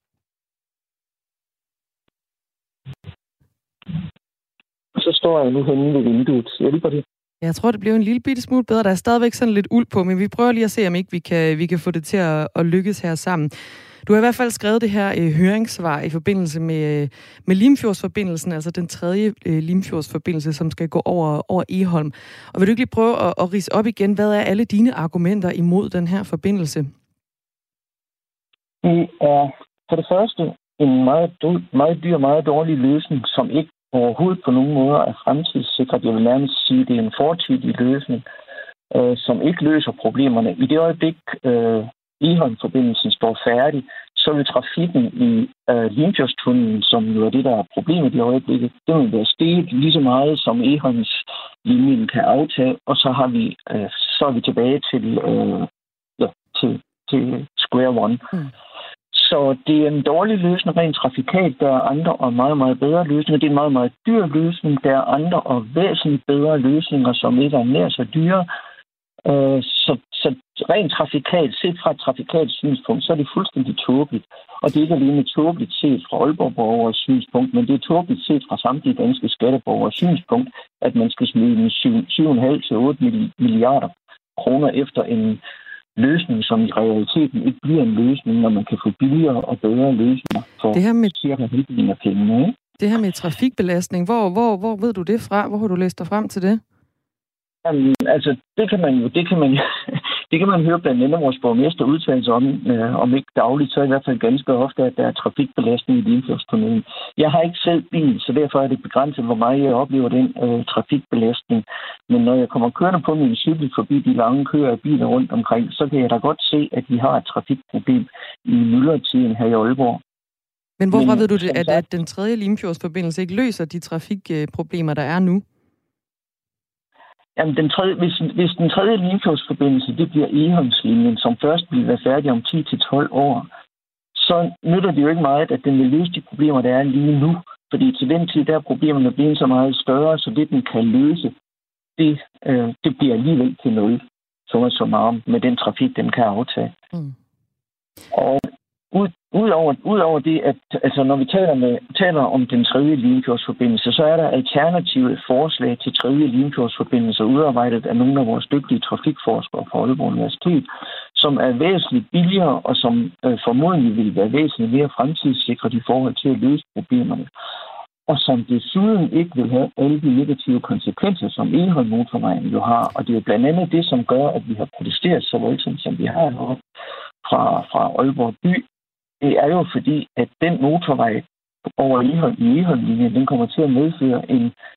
Så står jeg nu henne ved vinduet. Hjælper det? Jeg tror, det bliver en lille bitte smule bedre. Der er stadigvæk sådan lidt uld på, men vi prøver lige at se, om ikke vi kan få det til at lykkes her sammen. Du har i hvert fald skrevet det her høringssvar i forbindelse med Limfjordsforbindelsen, altså den tredje Limfjordsforbindelse, som skal gå over Egholm. Og vil du ikke lige prøve at ridse op igen, hvad er alle dine argumenter imod den her forbindelse? Det er for det første en meget dyr, meget dårlig løsning, som ikke overhovedet på nogen måder er fremtidssikret. Jeg vil nærmest sige, at det er en fortidig løsning, som ikke løser problemerne. I det øjeblik, Egholm-forbindelsen står færdig, så vil trafikken i Limfjordstunnelen, som jo er det, der er problemet i øjeblikket, det vil være steget lige så meget, som Egholms-linjen kan aftage, og så er vi tilbage til square one. Så det er en dårlig løsning rent trafikalt. Der er andre og meget, meget bedre løsninger. Det er en meget, meget dyr løsning. Der er andre og væsentligt bedre løsninger, som ikke er nær så dyre. Så rent trafikalt, set fra et trafikalt synspunkt, så er det fuldstændig tåbeligt. Og det er ikke alene tåbeligt set fra Aalborg-borgers synspunkt, men det er tåbeligt set fra samtlige danske skatteborgers synspunkt, at man skal smide 7,5 til 8 milliarder kroner efter en løsning, som i realiteten ikke bliver en løsning, når man kan få billigere og bedre løsninger for cirka halvdelen af pengene. Ikke? Det her med trafikbelastning, hvor ved du det fra? Hvor har du læst dig frem til det? Jamen, altså, det Det kan man høre blandt andet vores borgmester udtale sig om ikke dagligt, så i hvert fald ganske ofte, at der er trafikbelastning i Limfjordstunnelen. Jeg har ikke selv bil, så derfor er det begrænset, hvor meget jeg oplever den trafikbelastning. Men når jeg kommer kørende på min cykel forbi de lange køer af biler rundt omkring, så kan jeg da godt se, at vi har et trafikproblem i myldretiden her i Aalborg. Men hvorfor ved du det, at den tredje Limfjordsforbindelse ikke løser de trafikproblemer, der er nu? Jamen, hvis den tredje Limfjordsforbindelse, det bliver Egholmslinjen, som først vil være færdig om 10-12 år, så nytter det jo ikke meget, at den vil løse de problemer, der er lige nu. Fordi til den tid, der er problemerne blevet så meget større, så det, den kan løse, det bliver alligevel til nul. Så meget med den trafik, den kan aftage. Mm. Og Udover det, at altså, når vi taler om den tredje Limfjordsforbindelse, så er der alternative forslag til tredje Limfjordsforbindelse udarbejdet af nogle af vores dygtige trafikforskere fra Aalborg Universitet, som er væsentligt billigere og som formodentlig vil være væsentligt mere fremtidssikret i forhold til at løse problemerne. Og som desuden ikke vil have alle de negative konsekvenser, som Egholm-motorvejen jo har. Og det er jo blandt andet det, som gør, at vi har protesteret så voldsomt, som vi har heroppe fra Aalborg by. Det er jo fordi, at den motorvej over Egholm-linjen, den kommer til at medføre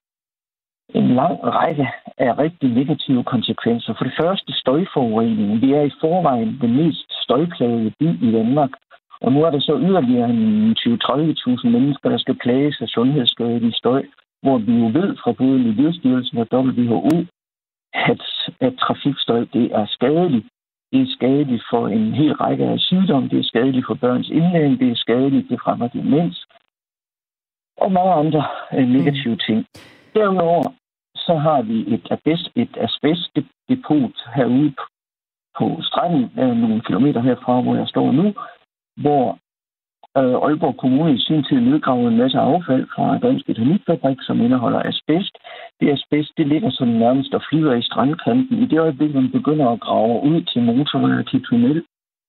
en lang række af rigtig negative konsekvenser. For det første støjforurening. Vi er i forvejen den mest støjplagede by i Danmark. Og nu er der så yderligere 20-30.000 mennesker, der skal plages af sundhedsskadelig støj, hvor vi jo ved fra både Miljøstyrelsen og WHO, at trafikstøj det er skadeligt. Det er skadeligt for en hel række af sygdomme, det er skadeligt for børns indlæring, det er skadeligt, det fremmer demens og mange andre negative ting. Derudover så har vi et asbestdepot herude på stranden, nogle kilometer herfra, hvor jeg står nu, hvor Aalborg Kommune i sin tid nedgravede en masse affald fra Dansk Etanitfabrik, som indeholder asbest. Det asbest, det ligger sådan nærmest og flyder i strandkanten. I det øjeblik, man begynder at grave ud til motorvej og til tunnel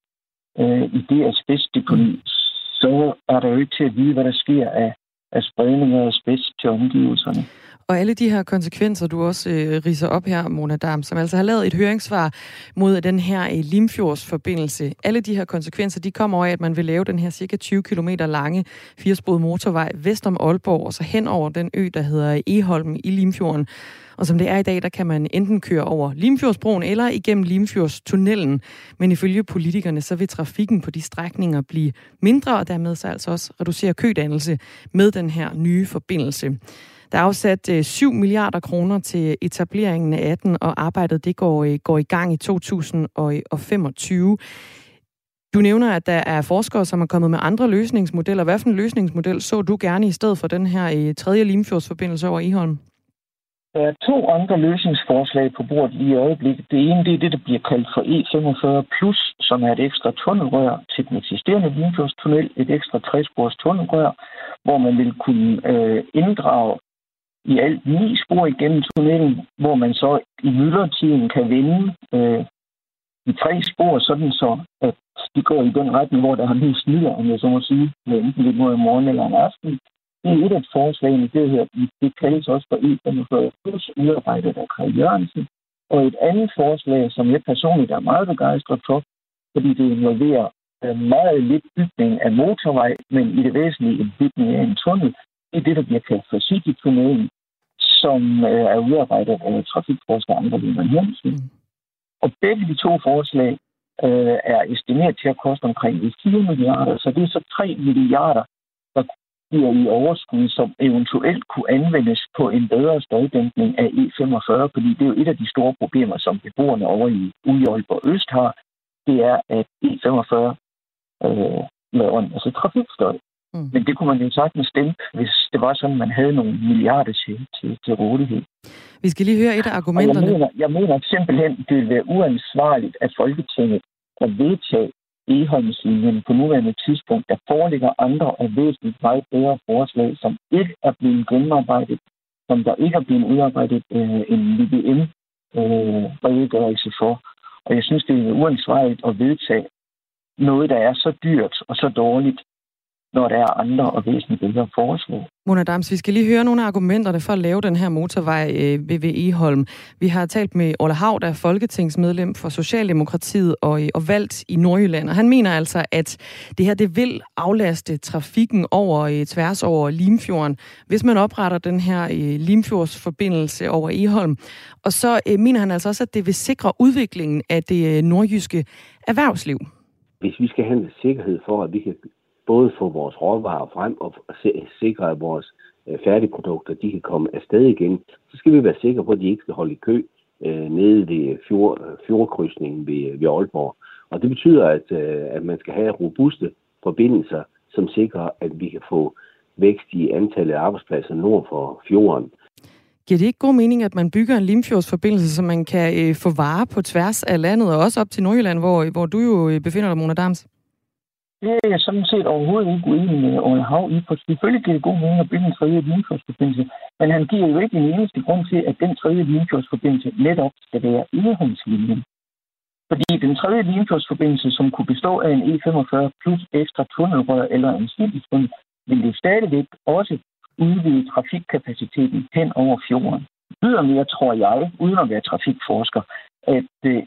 i det asbestdeponi, så er der jo ikke til at vide, hvad der sker af spredning af asbest til omgivelserne. Og alle de her konsekvenser, du også ridser op her, Mona Dam, som altså har lavet et høringssvar mod den her Limfjordsforbindelse. Alle de her konsekvenser, de kommer over af, at man vil lave den her cirka 20 km lange firesporede motorvej vest om Aalborg, og så hen over den ø, der hedder Egholm i Limfjorden. Og som det er i dag, der kan man enten køre over Limfjordsbroen eller igennem Limfjordstunnelen. Men ifølge politikerne, så vil trafikken på de strækninger blive mindre, og dermed så altså også reducere kødannelse med den her nye forbindelse. Der er afsat 7 milliarder kroner til etableringen af den, og arbejdet det går i gang i 2025. Du nævner, at der er forskere, som er kommet med andre løsningsmodeller. Hvad for en løsningsmodel så du gerne i stedet for den her tredje Limfjordsforbindelse over Egholm? Der er 2 andre løsningsforslag på bordet lige i øjeblikket. Det ene det er det, der bliver kaldt for E45+, som er et ekstra tunnelrør til den eksisterende Limfjordstunnel, et ekstra 3-spors tunnelrør, hvor man vil kunne inddrage i alt 9 spor igennem tunnelen, hvor man så i myldretiden kan vende de 3 spor, sådan så at de går i den retning, hvor der har mest mylder, om jeg så må sige, enten det går i morgen eller en aften. Det er et af forslagene, det kaldes også for E45+, udarbejdet af Kaj Jørgensen. Og et andet forslag, som jeg personligt er meget begejstret for, fordi det involverer meget lidt bygning af motorvej, men i det væsentlige en bygning af en tunnel, det er det, der bliver kaldt for Citytunnelen, som er udarbejdet af trafikforsker Anker Lehmann Jensen. Og begge de 2 forslag er estimeret til at koste omkring 4 milliarder, så det er så 3 milliarder, der bliver i overskud, som eventuelt kunne anvendes på en bedre støjdæmpning af E45, fordi det er jo et af de store problemer, som beboerne over i Aalborg Øst har, det er, at E45 laver en masse trafikstøj. Men det kunne man jo sagtens dæmpe, hvis det var sådan, man havde nogle milliarder til rådighed. Vi skal lige høre et af argumenterne. Jeg mener simpelthen, det vil være uansvarligt, at Folketinget kan vedtage Egholmslinjen på nuværende tidspunkt. Der foreligger andre og væsentligt meget bedre forslag, som ikke er blevet gennemarbejdet, som der ikke er blevet udarbejdet en VVM-redegørelse for. Og jeg synes, det er uansvarligt at vedtage noget, der er så dyrt og så dårligt, når der er andre og væsentligt bedre forslag. Mona Dams, vi skal lige høre nogle af argumenterne for at lave den her motorvej ved Egholm. Vi har talt med Orla Hav, der er folketingsmedlem for Socialdemokratiet og valgt i Nordjylland. Og han mener altså, at det her det vil aflaste trafikken tværs over Limfjorden, hvis man opretter den her Limfjordsforbindelse over Egholm. Og så mener han altså også, at det vil sikre udviklingen af det nordjyske erhvervsliv. Hvis vi skal have en sikkerhed for, at vi kan både få vores råvarer frem og sikre, at vores færdigprodukter de kan komme afsted igen, så skal vi være sikre på, at de ikke skal holde i kø nede ved fjordkrydsningen ved Aalborg. Og det betyder, at man skal have robuste forbindelser, som sikrer, at vi kan få vækst i antallet af arbejdspladser nord for fjorden. Giver det ikke god mening, at man bygger en Limfjordsforbindelse, så man kan få varer på tværs af landet, og også op til Nordjylland, hvor du jo befinder dig, Mona Dams? Det er jeg sådan set overhovedet ikke uenig med Orla Hav i, for selvfølgelig giver det god mening at bygge en tredje Limfjordsforbindelse, men han giver jo ikke den eneste grund til, at den tredje Limfjordsforbindelse netop skal være Egholmslinjen. Fordi den tredje Limfjordsforbindelse, som kunne bestå af en E45 plus ekstra tunnelrør eller en citytunnel, vil det stadigvæk også udvide trafikkapaciteten hen over fjorden. Ydermere tror jeg, uden at være trafikforsker, at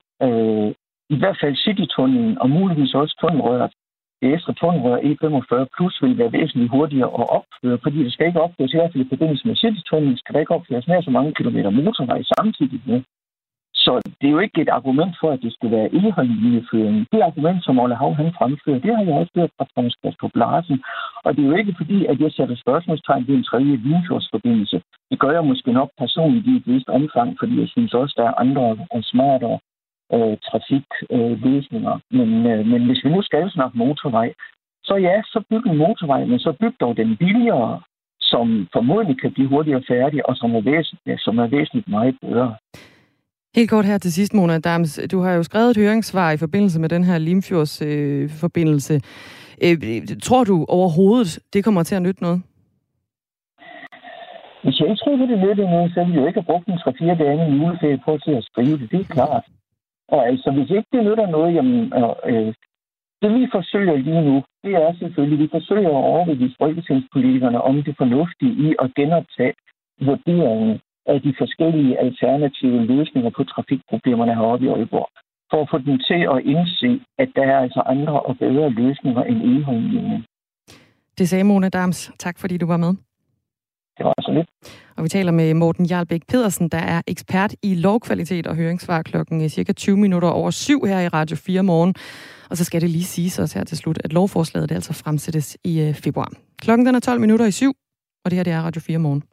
i hvert fald citytunnelen og muligvis også tunnelrøret, det ekstra tunnelrør E45 plus vil være væsentligt hurtigere at opføre, fordi det skal ikke opføres i hvert fald i forbindelse med citytunnelen, skal der ikke opføres nær så mange kilometer motorvej samtidig med. Så det er jo ikke et argument for, at det skal være Egholm-linjeføring. Det argument, som Orla Hav han fremfører, det har jeg også hørt fra Thomas Kastrup Larsen. Og det er jo ikke fordi, at jeg sætter spørgsmålstegn ved en tredje Limfjordsforbindelse. Det gør jeg måske nok personligt i et vist omfang, fordi jeg synes også, der er andre og smartere trafikløsninger. Men hvis vi nu skal snakke motorvej, så ja, så byg en motorvej, men så byg dog den billigere, som formodentlig kan blive hurtigere færdig, og som er væsentligt meget bedre. Helt kort her til sidst, Mona Dams. Du har jo skrevet et høringssvar i forbindelse med den her Limfjordsforbindelse. Tror du overhovedet, det kommer til at nytte noget? Hvis jeg ikke tror på det nytte noget, så vil jeg jo ikke have brugt en 3-4 dage en juleferie på til at skrive det. Det er klart. Og altså, hvis ikke det nytter noget, jamen, det vi forsøger lige nu, det er selvfølgelig, vi forsøger at overbevise folketingspolitikerne om det fornuftige i at genoptage vurderingen af de forskellige alternative løsninger på trafikproblemerne heroppe i Aalborg, for at få dem til at indse, at der er altså andre og bedre løsninger end Egholmlinjen. Det sagde Mona Dams. Tak fordi du var med. Det var så lidt. Og vi taler med Morten Jarlbæk Pedersen, der er ekspert i lovkvalitet og høringssvar klokken cirka 20 minutter over 7 her i Radio 4 morgen. Og så skal det lige siges også her til slut, at lovforslaget det altså fremsættes i februar. Klokken den er 12 minutter i 7, og det her det er Radio 4 morgen.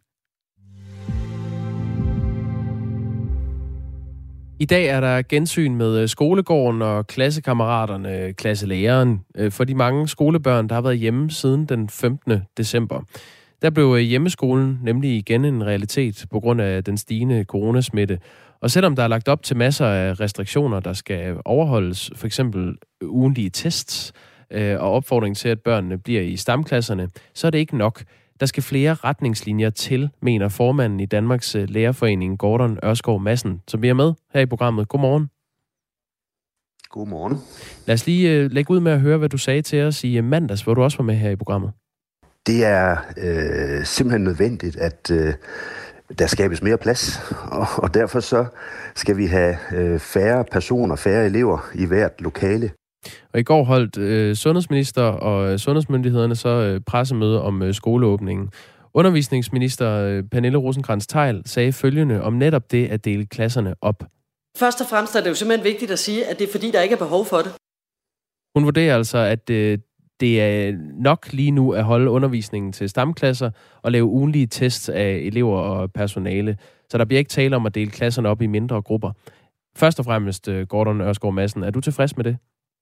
I dag er der gensyn med skolegården og klassekammeraterne, klasselæreren, for de mange skolebørn, der har været hjemme siden den 15. december. Der blev hjemmeskolen nemlig igen en realitet på grund af den stigende coronasmitte. Og selvom der er lagt op til masser af restriktioner, der skal overholdes, for eksempel ugentlige tests og opfordring til, at børnene bliver i stamklasserne, så er det ikke nok. Der skal flere retningslinjer til, mener formanden i Danmarks Lærerforening, Gordon Ørskov Madsen, som vi er med her i programmet. Godmorgen. Godmorgen. Lad os lige lægge ud med at høre, hvad du sagde til os i mandags, hvor du også var med her i programmet. Det er simpelthen nødvendigt, at der skabes mere plads, og derfor så skal vi have færre personer, færre elever i hvert lokale. Og i går holdt sundhedsminister og sundhedsmyndighederne så pressemøde om skoleåbningen. Undervisningsminister Pernille Rosenkrantz-Theil sagde følgende om netop det at dele klasserne op. Først og fremmest er det jo simpelthen vigtigt at sige, at det er fordi, der ikke er behov for det. Hun vurderer altså, at det er nok lige nu at holde undervisningen til stamklasser og lave ugentlige tests af elever og personale. Så der bliver ikke tale om at dele klasserne op i mindre grupper. Først og fremmest, Gordon Ørskov Madsen, er du tilfreds med det?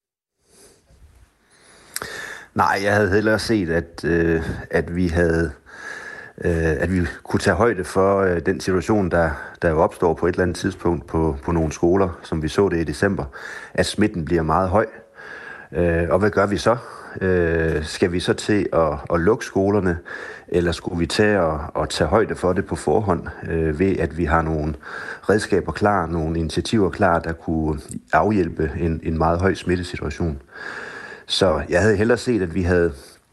Nej, jeg havde hellere set, at vi kunne tage højde for den situation, der jo opstår på et eller andet tidspunkt på nogle skoler, som vi så det i december, at smitten bliver meget høj. Og hvad gør vi så? Skal vi så til at lukke skolerne, eller skulle vi tage højde for det på forhånd, ved at vi har nogle redskaber klar, nogle initiativer klar, der kunne afhjælpe en meget høj smittesituation? Så jeg havde hellere set, at vi havde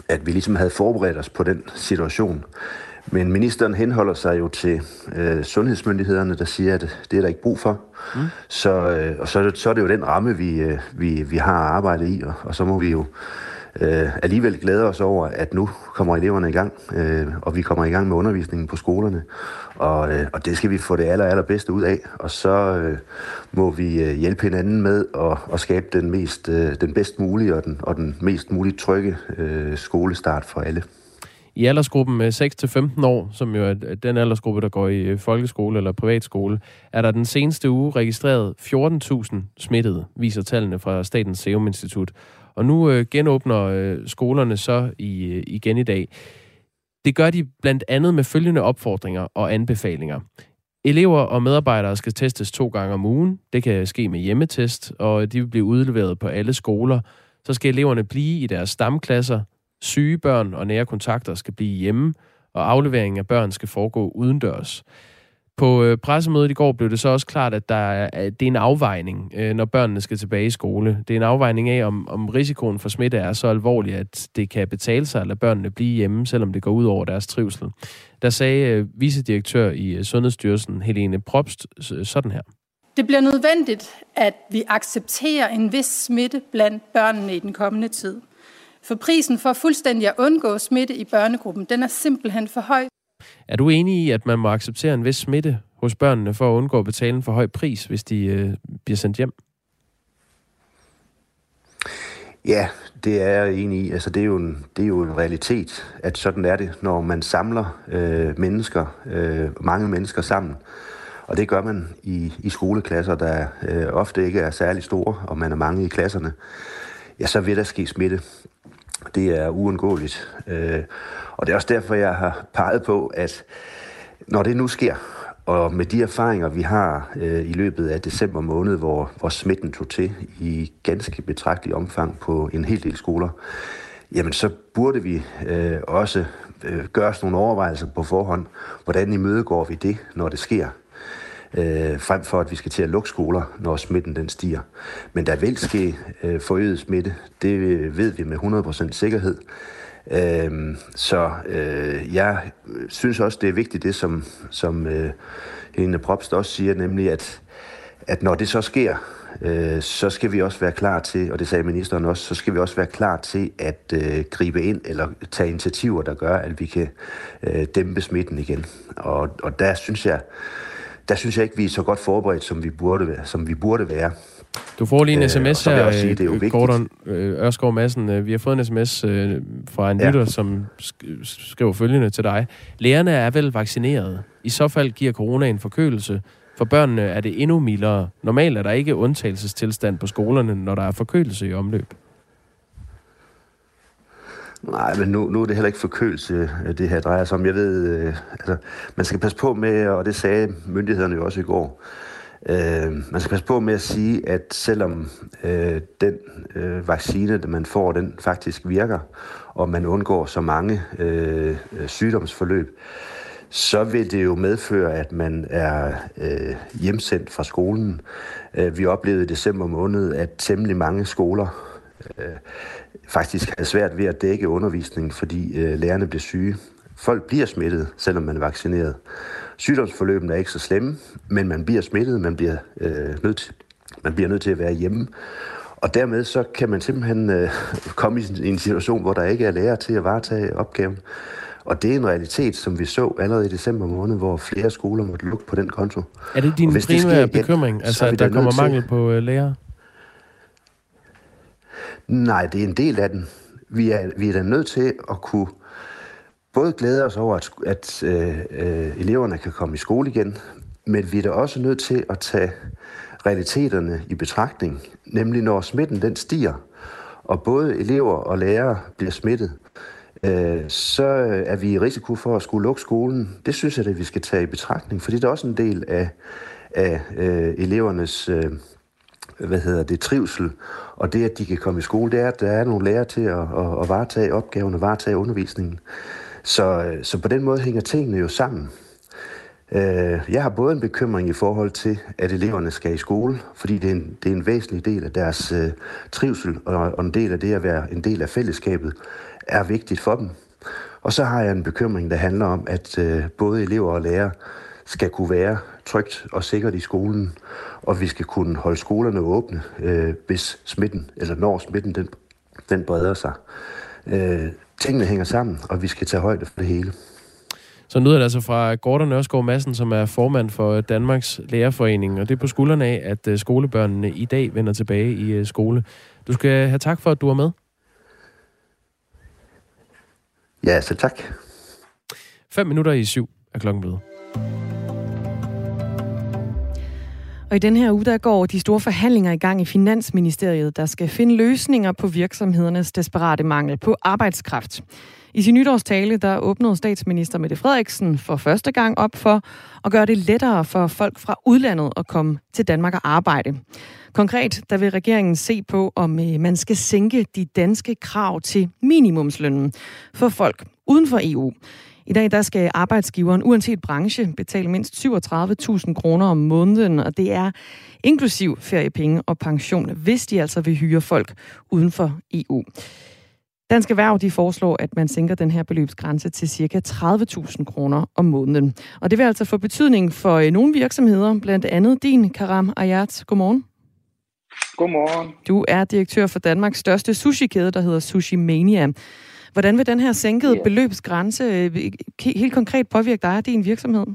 at vi ligesom havde forberedt os på den situation. Men ministeren henholder sig jo til sundhedsmyndighederne, der siger, at det er der ikke brug for. Så er det jo den ramme, vi har arbejdet i, og så må vi jo alligevel glæde os over, at nu kommer eleverne i gang, og vi kommer i gang med undervisningen på skolerne. Og det skal vi få det allerbedste ud af, og så må vi hjælpe hinanden med at skabe den bedst mulige og den mest muligt trygge skolestart for alle. I aldersgruppen 6-15 år, som jo er den aldersgruppe, der går i folkeskole eller privatskole, er der den seneste uge registreret 14.000 smittede, viser tallene fra Statens Serum Institut. Og nu genåbner skolerne så igen i dag. Det gør de blandt andet med følgende opfordringer og anbefalinger. Elever og medarbejdere skal testes 2 gange om ugen. Det kan ske med hjemmetest, og de vil blive udleveret på alle skoler. Så skal eleverne blive i deres stamklasser. Syge børn og nære kontakter skal blive hjemme, og afleveringen af børn skal foregå udendørs. På pressemødet i går blev det så også klart, at det er en afvejning, når børnene skal tilbage i skole. Det er en afvejning af, om risikoen for smitte er så alvorlig, at det kan betale sig at lade børnene blive hjemme, selvom det går ud over deres trivsel. Der sagde vicedirektør i Sundhedsstyrelsen, Helene Probst, sådan her. Det bliver nødvendigt, at vi accepterer en vis smitte blandt børnene i den kommende tid. For prisen for fuldstændig at undgå smitte i børnegruppen, den er simpelthen for høj. Er du enig i, at man må acceptere en vis smitte hos børnene for at undgå at betale en for høj pris, hvis de bliver sendt hjem? Ja, det er jeg enig i. Altså, det er jo en realitet, at sådan er det, når man samler mange mennesker sammen. Og det gør man i skoleklasser, der ofte ikke er særlig store, og man er mange i klasserne. Ja, så vil der ske smitte. Det er uundgåeligt. Og det er også derfor, jeg har peget på, at når det nu sker, og med de erfaringer, vi har i løbet af december måned, hvor smitten tog til i ganske betragtelig omfang på en hel del skoler, jamen så burde vi også gøre os nogle overvejelser på forhånd. Hvordan imødegår vi det, når det sker? Frem for, at vi skal til at lukke skoler, når smitten den stiger. Men der vil ske forøget smitte. Det ved vi med 100% sikkerhed. Så jeg synes også, det er vigtigt, det som Helene Probst også siger, nemlig at når det så sker, så skal vi også være klar til, og det sagde ministeren også, så skal vi også være klar til at gribe ind eller tage initiativer, der gør, at vi kan dæmpe smitten igen. Og der synes jeg ikke, vi er så godt forberedt, som vi burde være. Du får lige en sms her, Gordon Ørskov Madsen. Vi har fået en sms fra en lytter, som skriver følgende til dig. Lærerne er vel vaccineret. I så fald giver corona en forkølelse. For børnene er det endnu mildere. Normalt er der ikke undtagelsestilstand på skolerne, når der er forkølelse i omløb. Nej, men nu er det heller ikke forkølelse, det her drejer sig om. Jeg ved, man skal passe på med, og det sagde myndighederne jo også i går, man skal passe på med at sige, at selvom den vaccine, man får, den faktisk virker, og man undgår så mange sygdomsforløb, så vil det jo medføre, at man er hjemsendt fra skolen. Vi oplevede i december måned, at temmelig mange skoler faktisk havde svært ved at dække undervisningen, fordi lærerne bliver syge. Folk bliver smittet, selvom man er vaccineret. Sygdomsforløbene er ikke så slemme, men man bliver smittet, man bliver nødt til at være hjemme. Og dermed så kan man simpelthen komme i en situation, hvor der ikke er lærer til at varetage opgaven. Og det er en realitet, som vi så allerede i december måned, hvor flere skoler måtte lukke på den konto. Er det din primære bekymring, altså at der kommer mangel på lærere? Nej, det er en del af den. Vi er da nødt til at kunne både glæde os over, at eleverne kan komme i skole igen, men vi er da også nødt til at tage realiteterne i betragtning, nemlig når smitten den stiger, og både elever og lærere bliver smittet, så er vi i risiko for at skulle lukke skolen. Det synes jeg, at vi skal tage i betragtning, fordi det er også en del af elevernes trivsel, og det, at de kan komme i skole, det er, at der er nogle lærere til at varetage opgaven og varetage undervisningen. Så på den måde hænger tingene jo sammen. Jeg har både en bekymring i forhold til, at eleverne skal i skole, fordi det er en væsentlig del af deres trivsel, og en del af det at være en del af fællesskabet er vigtigt for dem. Og så har jeg en bekymring, der handler om, at både elever og lærere skal kunne være trygt og sikkert i skolen, og vi skal kunne holde skolerne åbne, hvis smitten, eller når smitten den breder sig. Tingene hænger sammen, og vi skal tage højde for det hele. Så lyder det altså fra Gordon Nørskov Madsen, som er formand for Danmarks Lærerforening, og det er på skuldrene af, at skolebørnene i dag vender tilbage i skole. Du skal have tak for, at du var med. Ja, så tak. 6:05 er klokken blevet. Og i den her uge, der går de store forhandlinger i gang i Finansministeriet, der skal finde løsninger på virksomhedernes desperate mangel på arbejdskraft. I sin nytårstale, der åbnede statsminister Mette Frederiksen for første gang op for at gøre det lettere for folk fra udlandet at komme til Danmark og arbejde. Konkret, der vil regeringen se på, om man skal sænke de danske krav til minimumslønnen for folk uden for EU. I dag der skal arbejdsgiveren uanset branche betale mindst 37.000 kroner om måneden, og det er inklusiv feriepenge og pension, hvis de altså vil hyre folk uden for EU. Dansk Erhverv de foreslår, at man sænker den her beløbsgrænse til ca. 30.000 kroner om måneden. Og det vil altså få betydning for nogle virksomheder, blandt andet din, Karam Ayat. Godmorgen. Godmorgen. Du er direktør for Danmarks største sushi-kæde, der hedder Sushi Mania. Hvordan vil den her sænkede beløbsgrænse helt konkret påvirke dig og din virksomhed?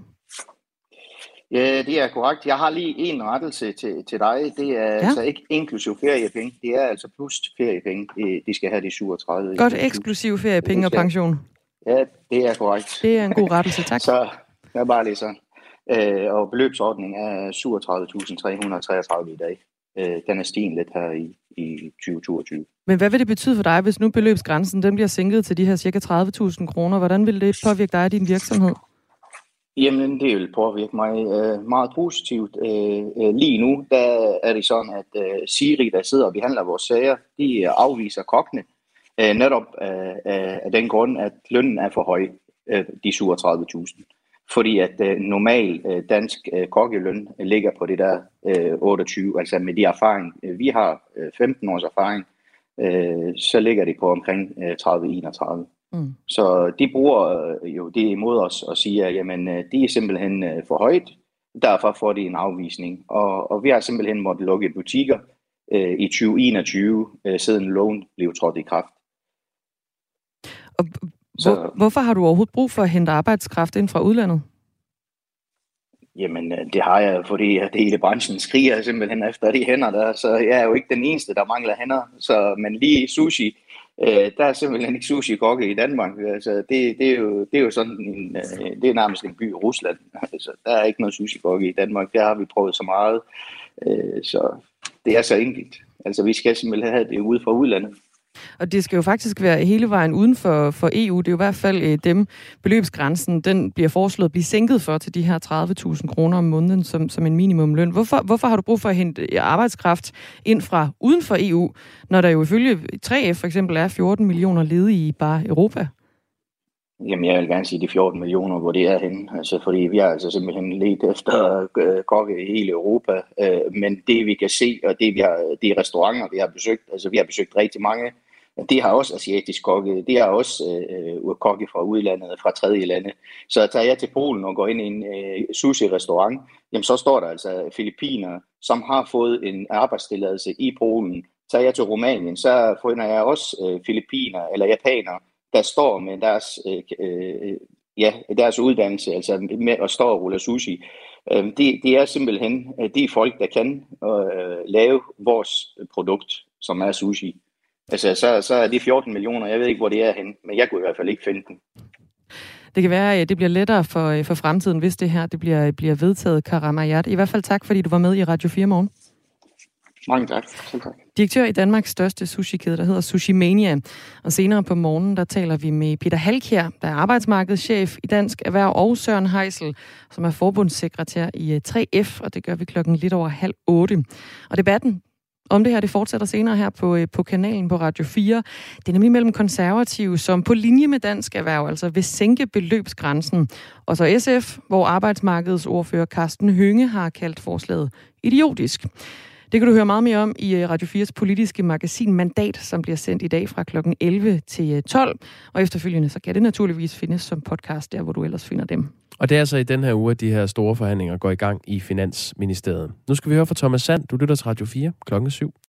Ja, det er korrekt. Jeg har lige en rettelse til dig. Det er altså ikke inklusiv feriepenge. Det er altså plus feriepenge. De skal have de 37. Godt, eksklusiv feriepenge og pension. Ja, det er korrekt. Det er en god rettelse, tak. Så jeg bare lige sådan. Og beløbsordningen er 37.333 i dag. Den er stigen lidt her i 2022. Men hvad vil det betyde for dig, hvis nu beløbsgrænsen den bliver sænket til de her ca. 30.000 kroner? Hvordan vil det påvirke dig og din virksomhed? Jamen, det vil påvirke mig meget positivt. Lige nu, der er det sådan, at Siri, der sidder og behandler vores sager, de afviser kokkene. Netop af den grund, at lønnen er for høj, de 37.000. Fordi at normal dansk kokkeløn ligger på det der 28, altså med de erfaring, vi har 15 års erfaring, så ligger det på omkring 30-31. Mm. Så de bruger jo det imod os og siger, at jamen, de er simpelthen for højt, derfor får de en afvisning. Og vi har simpelthen måttet lukke butikker i 2021, siden loven blev trådt i kraft. Og hvorfor har du overhovedet brug for at hente arbejdskraft ind fra udlandet? Jamen, det har jeg, fordi hele branchen skriger simpelthen efter de hænder der, så jeg er jo ikke den eneste, der mangler hænder. Men lige sushi, der er simpelthen ikke sushi-kokke i Danmark. Altså, det er jo sådan det er nærmest en by i Rusland. Altså, der er ikke noget sushi-kokke i Danmark. Der har vi prøvet så meget. Så det er så enkelt. Altså, vi skal simpelthen have det ude fra udlandet. Og det skal jo faktisk være hele vejen uden for EU. Det er jo i hvert fald dem, beløbsgrænsen, den bliver foreslået at blive sænket for til de her 30.000 kroner om måneden som en minimumløn. Hvorfor har du brug for at hente arbejdskraft ind fra uden for EU, når der jo ifølge 3F for eksempel er 14 millioner ledige i bare Europa? Jamen, jeg vil gerne sige de 14 millioner, hvor det er henne. Altså, fordi vi har altså simpelthen let efter kokke i hele Europa. Men det vi kan se, og det de restauranter, vi har besøgt, altså vi har besøgt rigtig mange, det har også asiatisk kokke, det har også kokke fra udlandet, fra tredje lande. Så tager jeg til Polen og går ind i en sushi-restaurant, jamen så står der altså filippiner, som har fået en arbejdstilladelse i Polen. Tager jeg til Rumænien, så finder jeg også filippiner eller japanere, der står med deres uddannelse, altså med at stå og rulle sushi. Det er simpelthen de folk, der kan lave vores produkt, som er sushi. Altså, så er de 14 millioner, jeg ved ikke, hvor det er henne, men jeg kunne i hvert fald ikke finde den. Det kan være, at det bliver lettere for fremtiden, hvis det her det bliver vedtaget, Karam Ayat. I hvert fald tak, fordi du var med i Radio 4 Morgen. Mange tak. Direktør i Danmarks største sushi-kæde, der hedder Sushi Mania. Og senere på morgenen, der taler vi med Peter Halkjær, der er arbejdsmarkedschef i Dansk Erhverv, og Søren Heisel, som er forbundssekretær i 3F, og det gør vi 7:05. Og debatten om det her. Det fortsætter senere her på kanalen på Radio 4. Det er nemlig mellem konservative, som på linje med Dansk Erhverv altså vil sænke beløbsgrænsen. Og så SF, hvor arbejdsmarkedets ordfører Karsten Hønge har kaldt forslaget idiotisk. Det kan du høre meget mere om i Radio 4's politiske magasin Mandat, som bliver sendt i dag fra kl. 11 til 12. Og efterfølgende så kan det naturligvis findes som podcast, der hvor du ellers finder dem. Og det er altså i den her uge, at de her store forhandlinger går i gang i Finansministeriet. Nu skal vi høre fra Thomas Sand. Du lytter til Radio 4 klokken 7.